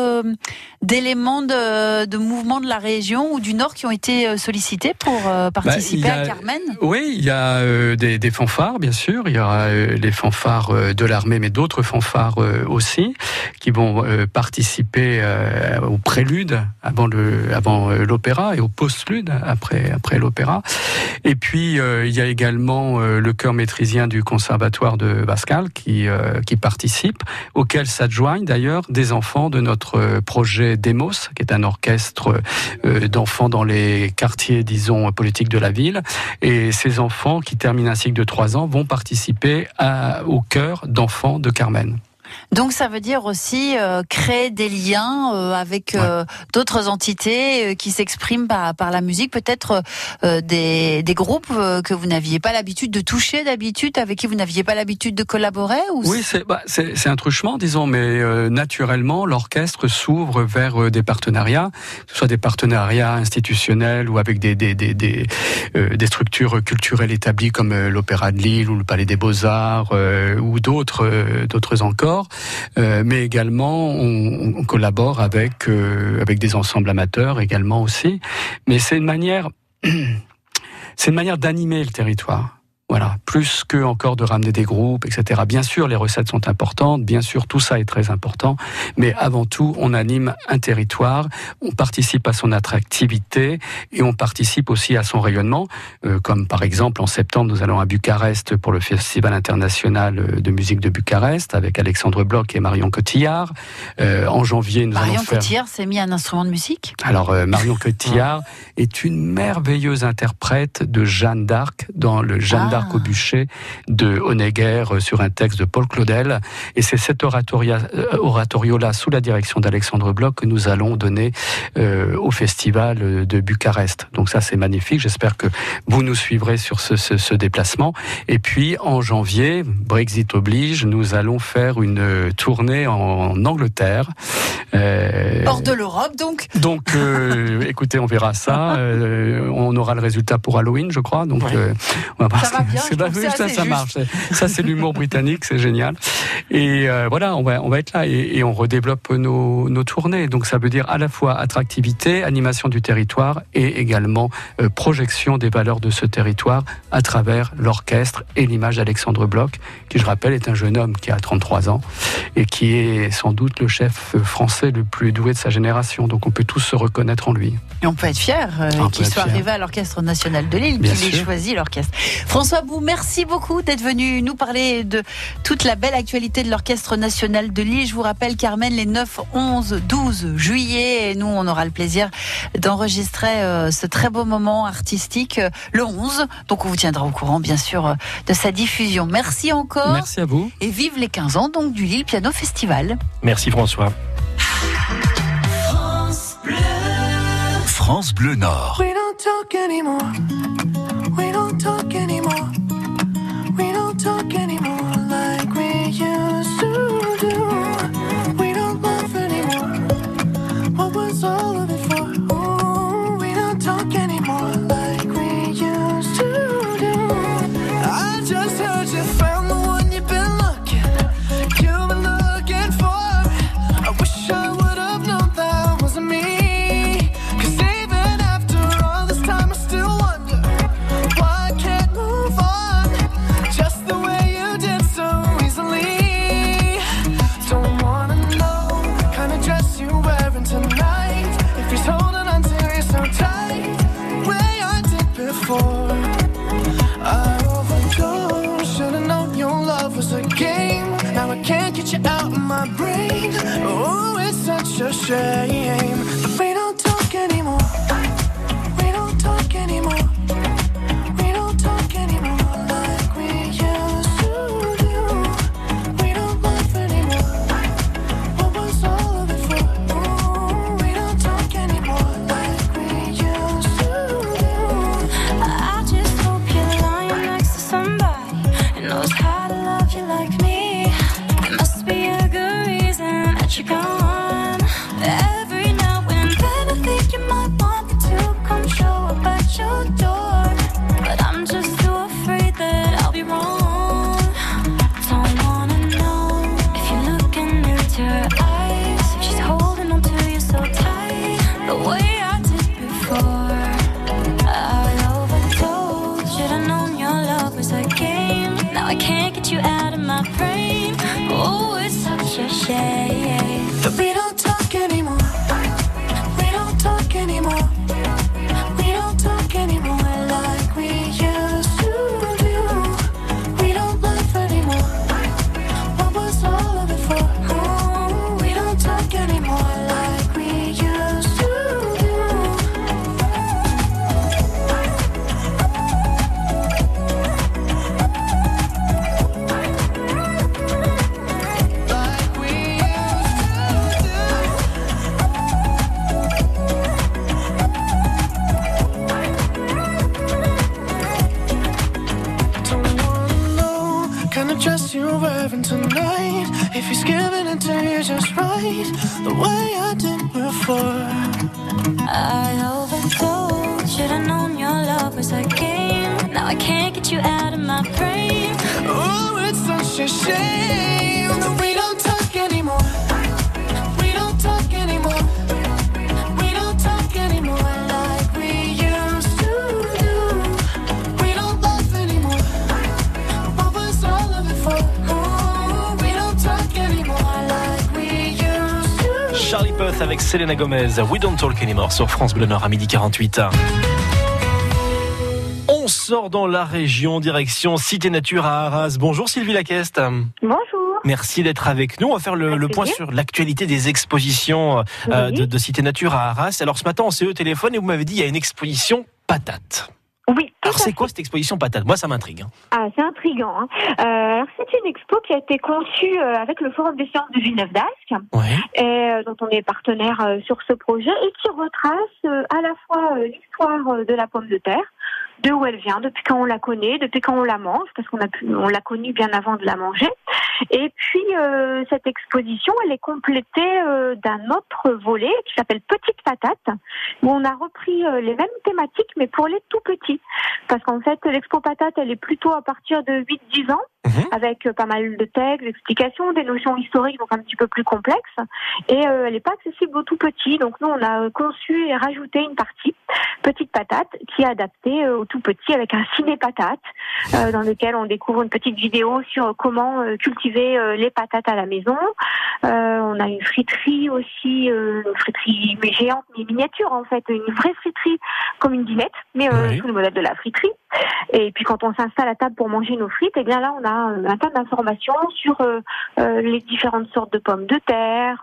Speaker 2: d'éléments de mouvements de la région ou du Nord qui ont été sollicités pour participer à Carmen.
Speaker 5: Oui, il y a des fanfares, bien sûr. Il y aura les fanfares de l'armée, mais d'autres fanfares aussi, qui vont participer au prélude avant l'opéra et au postlude après l'opéra. Et puis, il y a également le chœur métrisien du Conservatoire de Basse Pascal qui participent, auxquels s'adjoignent d'ailleurs des enfants de notre projet Demos, qui est un orchestre d'enfants dans les quartiers, disons, politiques de la ville. Et ces enfants qui terminent un cycle de 3 ans vont participer au chœur d'enfants de Carmen.
Speaker 2: Donc ça veut dire aussi créer des liens avec d'autres entités qui s'expriment par la musique, peut-être des groupes que vous n'aviez pas l'habitude de toucher d'habitude, avec qui vous n'aviez pas l'habitude de collaborer ou... Oui,
Speaker 5: c'est un truchement, disons, mais naturellement l'orchestre s'ouvre vers des partenariats, que ce soit des partenariats institutionnels ou avec des structures culturelles établies comme l'Opéra de Lille ou le Palais des Beaux-Arts ou d'autres encore. Mais également on collabore avec des ensembles amateurs également aussi. Mais c'est une manière d'animer le territoire. Voilà, plus que encore de ramener des groupes, etc. Bien sûr, les recettes sont importantes, bien sûr, tout ça est très important, mais avant tout, on anime un territoire, on participe à son attractivité et on participe aussi à son rayonnement, comme par exemple en septembre, nous allons à Bucarest pour le Festival international de musique de Bucarest avec Alexandre Bloch et Marion Cotillard. En janvier, nous allons faire...
Speaker 2: Marion Cotillard s'est mis un instrument de musique ?
Speaker 5: Alors, Marion Cotillard est une merveilleuse interprète de Jeanne d'Arc dans le Jeanne d'Arc au bûcher de Honegger sur un texte de Paul Claudel. Et c'est cet oratorio-là, sous la direction d'Alexandre Bloch, que nous allons donner au festival de Bucarest. Donc ça, c'est magnifique. J'espère que vous nous suivrez sur ce déplacement. Et puis, en janvier, Brexit oblige, nous allons faire une tournée en Angleterre.
Speaker 2: Hors de l'Europe, donc.
Speaker 5: Donc, écoutez, on verra ça. On aura le résultat pour Halloween, je crois. Donc, on va voir.
Speaker 2: Ça va bien,
Speaker 5: ça marche. Ça, c'est l'humour britannique, c'est génial. Et voilà, on va être là et on redéveloppe nos tournées. Donc, ça veut dire à la fois attractivité, animation du territoire et également projection des valeurs de ce territoire à travers l'orchestre et l'image d'Alexandre Bloch, qui, je rappelle, est un jeune homme qui a 33 ans et qui est sans doute le chef français le plus doué de sa génération. Donc, on peut tous se reconnaître en lui.
Speaker 2: Et on peut être fier qu'il soit arrivé à l'Orchestre National de Lille, qu'il ait choisi l'orchestre. François Bou, merci beaucoup d'être venu nous parler de toute la belle actualité de l'Orchestre National de Lille. Je vous rappelle, Carmen, les 9, 11, 12 juillet. Et nous, on aura le plaisir d'enregistrer ce très beau moment artistique le 11. Donc, on vous tiendra au courant, bien sûr, de sa diffusion. Merci encore.
Speaker 5: Merci à vous.
Speaker 2: Et vive les 15 ans donc, du Lille Piano Festival.
Speaker 3: Merci François.
Speaker 1: France Bleu. France Bleu Nord.
Speaker 10: We don't talk anymore. We don't talk anymore. We don't talk anymore like we used to do. We don't laugh anymore. What was all of it for? Ooh, we don't talk anymore like we used to do. I just heard you found the one you've been looking for. I wish I would have known that wasn't me. 'Cause even after all this time I still wonder why I can't move on just the way you did so easily. Don't wanna know the kind of dress you're wearing tonight, if he's holding on to you so tight, the way I did before. I overdosed, should've known your love was a game. Now I can't get you out of my brain. Oh, it's such a shame that we don't talk anymore. We don't talk anymore. We don't talk anymore like we used to do. We don't laugh anymore. What was all of it for? Ooh, we don't talk anymore like we used to do. I just hope you're lying next to somebody who knows how to love you like me. There must be a good reason that you're gone. Every now and then I think you might want me to come show up at your door, but I'm just too afraid that I'll be wrong. Don't wanna know if you're looking into her eyes, if she's holding on to you so tight, the way I did before. I overdosed, should've known your love was a game. Now I can't get you out of my brain. Oh, it's such a shame that we don't talk anymore. We don't talk anymore. We don't talk anymore like we used to do. We don't laugh anymore. if he's giving it to you just right, the way I did before.
Speaker 17: I overthought, should've known your love was a game. Now I can't get you out of my brain.
Speaker 10: Oh, it's such a shame that we don't talk anymore. We don't talk anymore. We don't talk anymore like we used to do. We don't love anymore. What was all of it for? Oh, we don't talk anymore like we used to.
Speaker 3: Charlie Puth avec Selena Gomez, We Don't Talk Anymore sur France Bleu Nord à 12h48. On sort dans la région, direction Cité Nature à Arras. Bonjour Sylvie Laqueste.
Speaker 18: Bonjour.
Speaker 3: Merci d'être avec nous. On va faire le point sur l'actualité des expositions de Cité Nature à Arras. Alors ce matin, on s'est eu au téléphone et vous m'avez dit il y a une exposition patate.
Speaker 18: Oui.
Speaker 3: Alors c'est quoi cette exposition patate? Moi ça m'intrigue.
Speaker 18: Ah, c'est intriguant. Alors c'est une expo qui a été conçue avec le Forum des sciences de Villeneuve d'Ascq, dont on est partenaire sur ce projet et qui retrace à la fois l'histoire de la pomme de terre, de où elle vient, depuis quand on la connaît, depuis quand on la mange, parce on l'a connue bien avant de la manger. Et puis cette exposition, elle est complétée d'un autre volet qui s'appelle Petite patate, où on a repris les mêmes thématiques, mais pour les tout petits. Parce qu'en fait, l'expo patate, elle est plutôt à partir de 8-10 ans, avec pas mal de textes, d'explications, des notions historiques, donc un petit peu plus complexes. Et elle n'est pas accessible aux tout petits. Donc nous, on a conçu et rajouté une partie, Petite patate, qui est adaptée aux tout petits avec un ciné-patate, dans lequel on découvre une petite vidéo sur comment cultiver les patates à la maison. On a une friterie aussi, une friterie géante mais miniature en fait, une vraie friterie comme une dînette, mais sous le modèle de la friterie. Et puis quand on s'installe à table pour manger nos frites, et bien là on a un tas d'informations sur les différentes sortes de pommes de terre,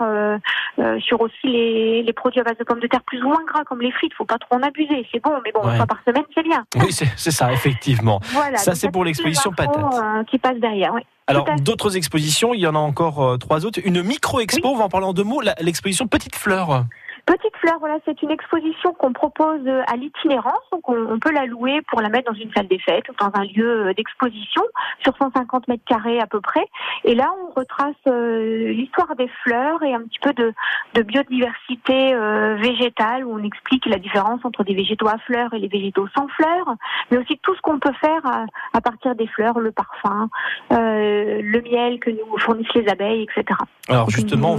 Speaker 18: sur aussi les produits à base de pommes de terre plus ou moins gras comme les frites. Faut pas trop en abuser, c'est bon, mais bon, une fois par semaine c'est bien.
Speaker 3: Oui, c'est ça, effectivement.
Speaker 18: Voilà,
Speaker 3: ça c'est pour l'exposition patate.
Speaker 18: Qui passe derrière, oui.
Speaker 3: Alors, d'autres expositions, il y en a encore 3 autres. Une micro-expo, on va en parler en 2 mots, l'exposition Petite Fleur.
Speaker 18: Petite Fleur, voilà, c'est une exposition qu'on propose à l'itinérance, donc on peut la louer pour la mettre dans une salle des fêtes ou dans un lieu d'exposition sur 150 mètres carrés à peu près. Et là, on retrace l'histoire des fleurs et un petit peu de biodiversité végétale, où on explique la différence entre des végétaux à fleurs et les végétaux sans fleurs, mais aussi tout ce qu'on peut faire à partir des fleurs, le parfum, le miel que nous fournissent les abeilles, etc.
Speaker 3: Alors
Speaker 18: donc
Speaker 3: justement,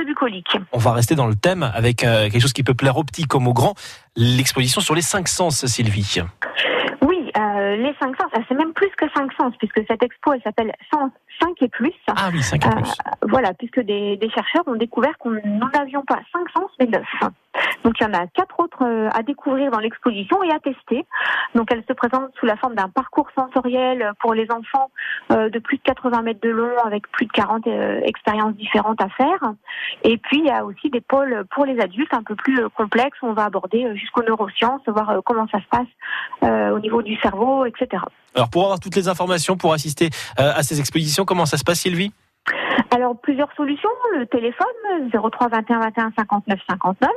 Speaker 3: on va rester dans le thème avec quelque chose qui peut plaire aux petits comme aux grands, l'exposition sur les 5 sens, Sylvie.
Speaker 18: Oui, les 5 sens, c'est même plus que 5 sens, puisque cette expo, elle s'appelle 5 et plus.
Speaker 3: Ah oui, 5 et plus.
Speaker 18: Voilà, puisque des chercheurs ont découvert qu'on n'en avions pas 5 sens, mais 9. Donc il y en a 4 autres à découvrir dans l'exposition et à tester. Donc elle se présente sous la forme d'un parcours sensoriel pour les enfants de plus de 80 mètres de long, avec plus de 40 expériences différentes à faire. Et puis il y a aussi des pôles pour les adultes un peu plus complexes, où on va aborder jusqu'aux neurosciences, voir comment ça se passe au niveau du cerveau, etc.
Speaker 3: Alors pour avoir toutes les informations, pour assister à ces expositions, comment ça se passe, Sylvie ?
Speaker 18: Alors plusieurs solutions, le téléphone 03 21 21 59 59,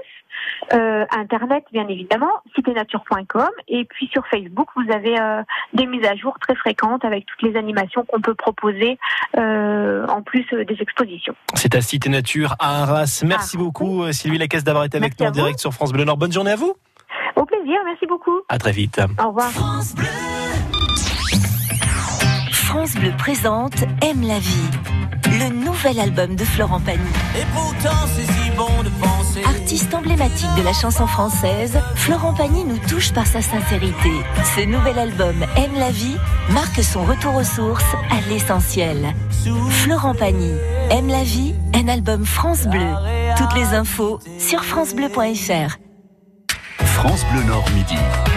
Speaker 18: Internet bien évidemment, citénature.com, et puis sur Facebook vous avez des mises à jour très fréquentes avec toutes les animations qu'on peut proposer en plus des expositions.
Speaker 3: C'est à Cité Nature à Arras. Merci beaucoup Sylvie Laqueste d'avoir été avec nous en direct sur France Bleu Nord. Bonne journée à vous.
Speaker 18: Au plaisir, merci beaucoup.
Speaker 3: À très vite.
Speaker 18: Au revoir.
Speaker 9: France Bleu présente Aime la vie, le nouvel album de Florent Pagny.
Speaker 10: Et pourtant c'est si bon de penser.
Speaker 9: Artiste emblématique de la chanson française, Florent Pagny nous touche par sa sincérité. Ce nouvel album Aime la vie marque son retour aux sources, à l'essentiel. Florent Pagny, Aime la vie, un album France Bleu. Toutes les infos sur francebleu.fr.
Speaker 1: France Bleu Nord midi.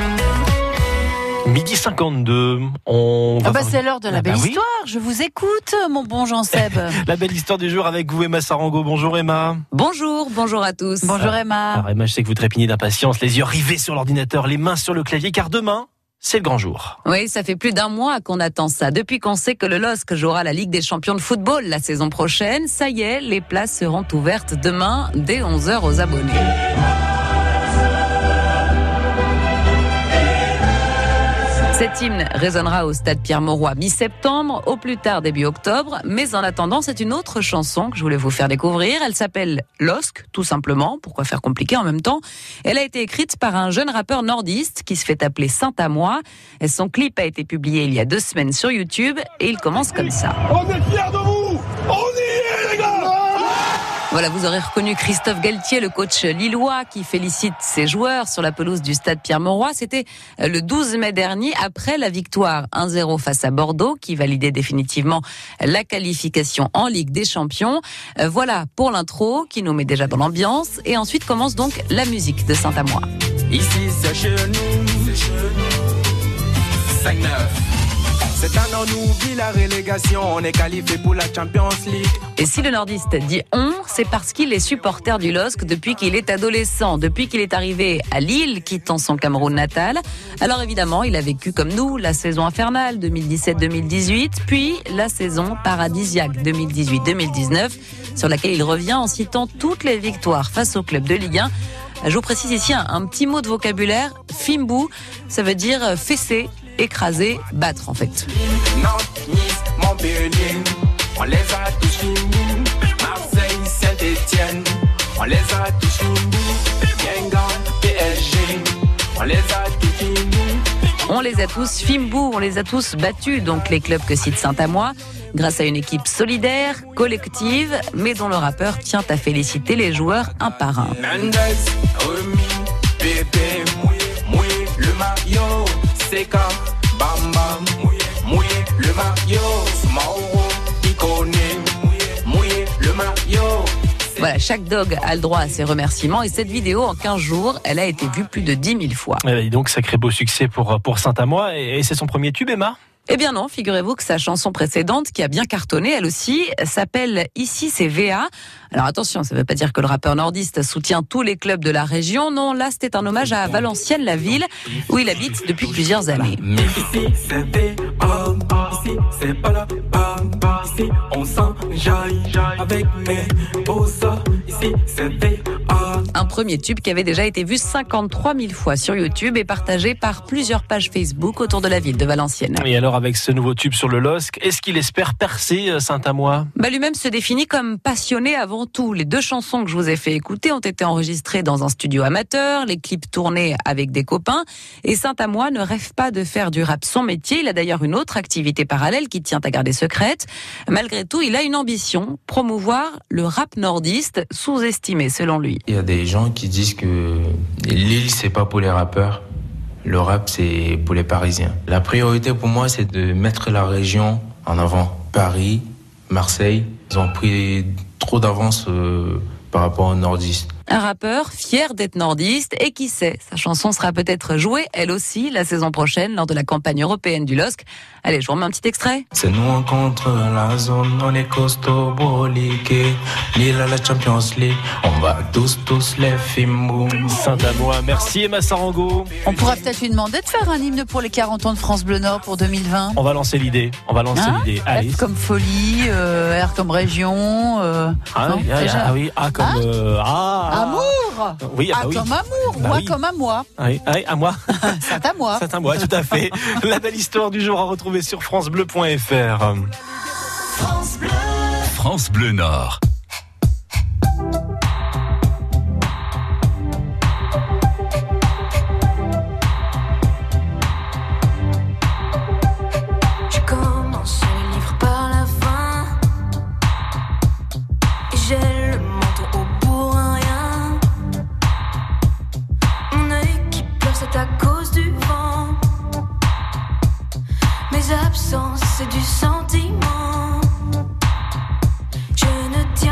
Speaker 3: Midi 52,
Speaker 2: c'est l'heure de la belle histoire. Je vous écoute, mon bon Jean-Seb.
Speaker 3: La belle histoire du jour avec vous, Emma Sarango. Bonjour Emma.
Speaker 19: Bonjour à tous.
Speaker 2: Bonjour Emma.
Speaker 3: Alors Emma, je sais que vous trépignez d'impatience, les yeux rivés sur l'ordinateur, les mains sur le clavier, car demain, c'est le grand jour.
Speaker 19: Oui, ça fait plus d'1 mois qu'on attend ça. Depuis qu'on sait que le LOSC jouera la Ligue des champions de football la saison prochaine, ça y est, les places seront ouvertes demain dès 11h aux abonnés. Cet hymne résonnera au stade Pierre-Mauroy mi-septembre, au plus tard début octobre. Mais en attendant, c'est une autre chanson que je voulais vous faire découvrir. Elle s'appelle LOSC, tout simplement. Pourquoi faire compliqué en même temps? Elle a été écrite par un jeune rappeur nordiste qui se fait appeler Saint-Amois. Son clip a été publié il y a 2 semaines sur YouTube et il commence comme ça.
Speaker 14: On est fiers de vous! On y est, les gars!
Speaker 19: Voilà, vous aurez reconnu Christophe Galtier, le coach lillois, qui félicite ses joueurs sur la pelouse du stade Pierre-Mauroy. C'était le 12 mai dernier, après la victoire 1-0 face à Bordeaux, qui validait définitivement la qualification en Ligue des Champions. Voilà pour l'intro, qui nous met déjà dans l'ambiance. Et ensuite commence donc la musique de Saint-Amois.
Speaker 10: Ici, c'est chez nous. 5-9. Cette année, on oublie la relégation. On est qualifié pour la Champions League.
Speaker 19: Et si le nordiste dit « on », c'est parce qu'il est supporter du LOSC depuis qu'il est adolescent, depuis qu'il est arrivé à Lille, quittant son Cameroun natal. Alors évidemment, il a vécu comme nous la saison infernale 2017-2018, puis la saison paradisiaque 2018-2019, sur laquelle il revient en citant toutes les victoires face au club de Ligue 1. Je vous précise ici un petit mot de vocabulaire, Fimbu, ça veut dire fesser, écraser, battre en fait.
Speaker 10: Nantes, Nice, Montpellier, on les a tous finis. Marseille, Saint-Etienne, on les a tous finis. Guingamp, PSG, on les a tous finis.
Speaker 19: On les a tous Fimbu, on les a tous battus, donc les clubs que cite Saint-Amois, grâce à une équipe solidaire, collective, mais dont le rappeur tient à féliciter les joueurs un par un.
Speaker 10: Mendes, Remy, Pépé, mouillé le maillot. Seka, Bam Bam, mouillé le maillot. Mauro, Icone, mouillé le maillot.
Speaker 19: Voilà, chaque dog a le droit à ses remerciements et cette vidéo, en 15 jours, elle a été vue plus de 10 000 fois.
Speaker 3: Et donc, sacré beau succès pour Saint-Amois. Et c'est son premier tube, Emma ?
Speaker 19: Eh bien non, figurez-vous que sa chanson précédente, qui a bien cartonné, elle aussi, s'appelle « Ici c'est VA ». Alors attention, ça ne veut pas dire que le rappeur nordiste soutient tous les clubs de la région. Non, là c'était un hommage à Valenciennes, la ville où il habite depuis plusieurs années.
Speaker 10: Ici c'est VA, ici c'est pas la bamba, ici on s'enjaille avec mes bossa, ici c'est VA.
Speaker 19: Un premier tube qui avait déjà été vu 53 000 fois sur YouTube et partagé par plusieurs pages Facebook autour de la ville de Valenciennes.
Speaker 3: Et alors avec ce nouveau tube sur le LOSC, est-ce qu'il espère percer Saint-Amois ?
Speaker 19: Lui-même se définit comme passionné avant tout. Les 2 chansons que je vous ai fait écouter ont été enregistrées dans un studio amateur, les clips tournés avec des copains. Et Saint-Amois ne rêve pas de faire du rap son métier. Il a d'ailleurs une autre activité parallèle qui tient à garder secrète. Malgré tout, il a une ambition, promouvoir le rap nordiste, sous-estimé selon lui.
Speaker 20: Il y a des gens qui disent que Lille, c'est pas pour les rappeurs. Le rap, c'est pour les Parisiens. La priorité pour moi, c'est de mettre la région en avant. Paris, Marseille, ils ont pris trop d'avance par rapport aux nordistes.
Speaker 19: Un rappeur fier d'être nordiste et qui sait, sa chanson sera peut-être jouée, elle aussi, la saison prochaine lors de la campagne européenne du LOSC. Allez, je vous remets un petit extrait.
Speaker 20: C'est nous contre la zone, on est costaud, boliqué. Lille à la Champions League, on va tous les Fimbu.
Speaker 3: Saint-Amois, merci Emma Sarango.
Speaker 2: On pourra peut-être lui demander de faire un hymne pour les 40 ans de France Bleu Nord pour 2020.
Speaker 3: On va lancer l'idée. Allez.
Speaker 2: F comme folie, R comme région.
Speaker 3: Oui, A comme...
Speaker 2: Amour.
Speaker 3: Oui,
Speaker 2: A comme amour, moi comme à moi.
Speaker 3: Oui, à moi.
Speaker 2: Saint-Amois.
Speaker 3: Saint-Amois, tout à fait. La belle histoire du jour à retrouver sur francebleu.fr.
Speaker 1: France Bleu. France Bleu Nord.
Speaker 17: Je commence le livre par la fin et j'ai le menton au pour rien. Mon œil qui pleure, c'est à cause du vent. Mes absences, c'est du sentiment. Je ne tiens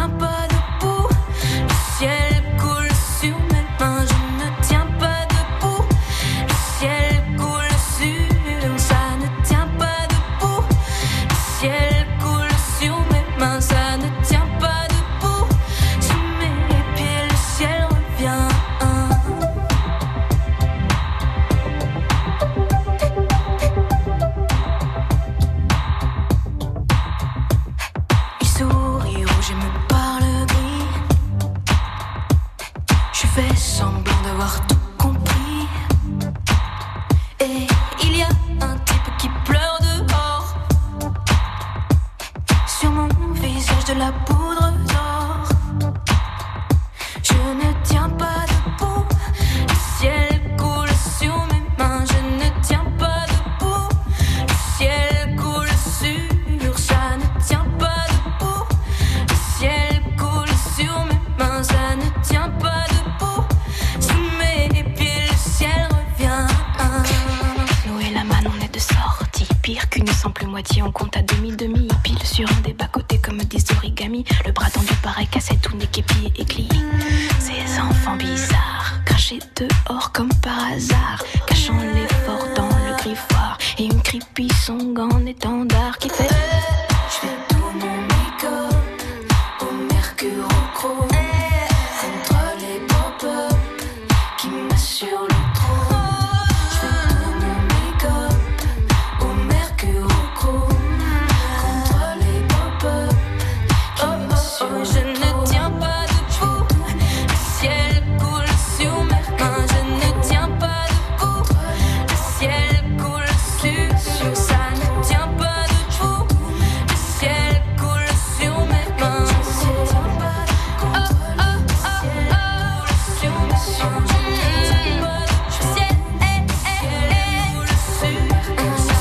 Speaker 17: moitié, on compte à demi-demi. Pile sur un des bas-côtés comme des origamis. Le bras tendu pareil cassé, tout n'est qu'épi et glis. Ces enfants bizarres, crachés dehors comme par hasard, cachant l'effort dans le griffoir. Et une creepy song en étendard qui fait je fais tout mon make-up au mercure au chrome. Contre les pop-up qui m'assurent le trône. Je fais tout mon make-up au mercure au chrome. Contre les pop-up qui m'assurent le trône. Je ne tiens pas debout, le ciel coule sur mes mains. Je ne tiens pas debout, le ciel coule sur ça ne tient pas debout. Le ciel coule sur mes mains. Oh oh oh oh, sur mes mains. Le ciel coule sur mes mains.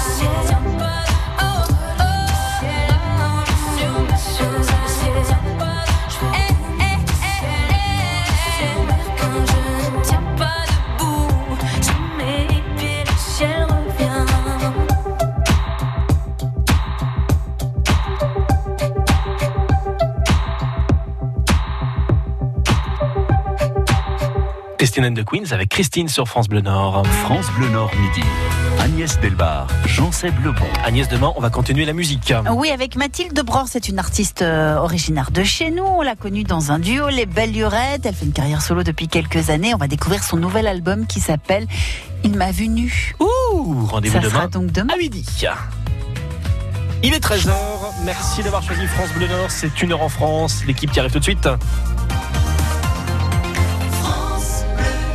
Speaker 17: Oh oh sur mes je ne tiens pas debout. Je mets les pieds, le ciel revient.
Speaker 3: Christine and the Queens avec Christine sur France Bleu Nord.
Speaker 1: France Bleu Nord midi. Agnès Delbar, Jean-Seb Lebon.
Speaker 3: Agnès, demain, on va continuer la musique.
Speaker 2: Oui, avec Mathilde Brand, c'est une artiste originaire de chez nous. On l'a connue dans un duo, Les Belles Lurettes. Elle fait une carrière solo depuis quelques années. On va découvrir son nouvel album qui s'appelle Il m'a vu nu.
Speaker 3: Ouh, rendez-vous
Speaker 2: Ça sera
Speaker 3: demain,
Speaker 2: donc demain
Speaker 3: à midi. Il est 13h. Merci d'avoir choisi France Bleu Nord. C'est 1 heure en France. L'équipe qui arrive tout de suite.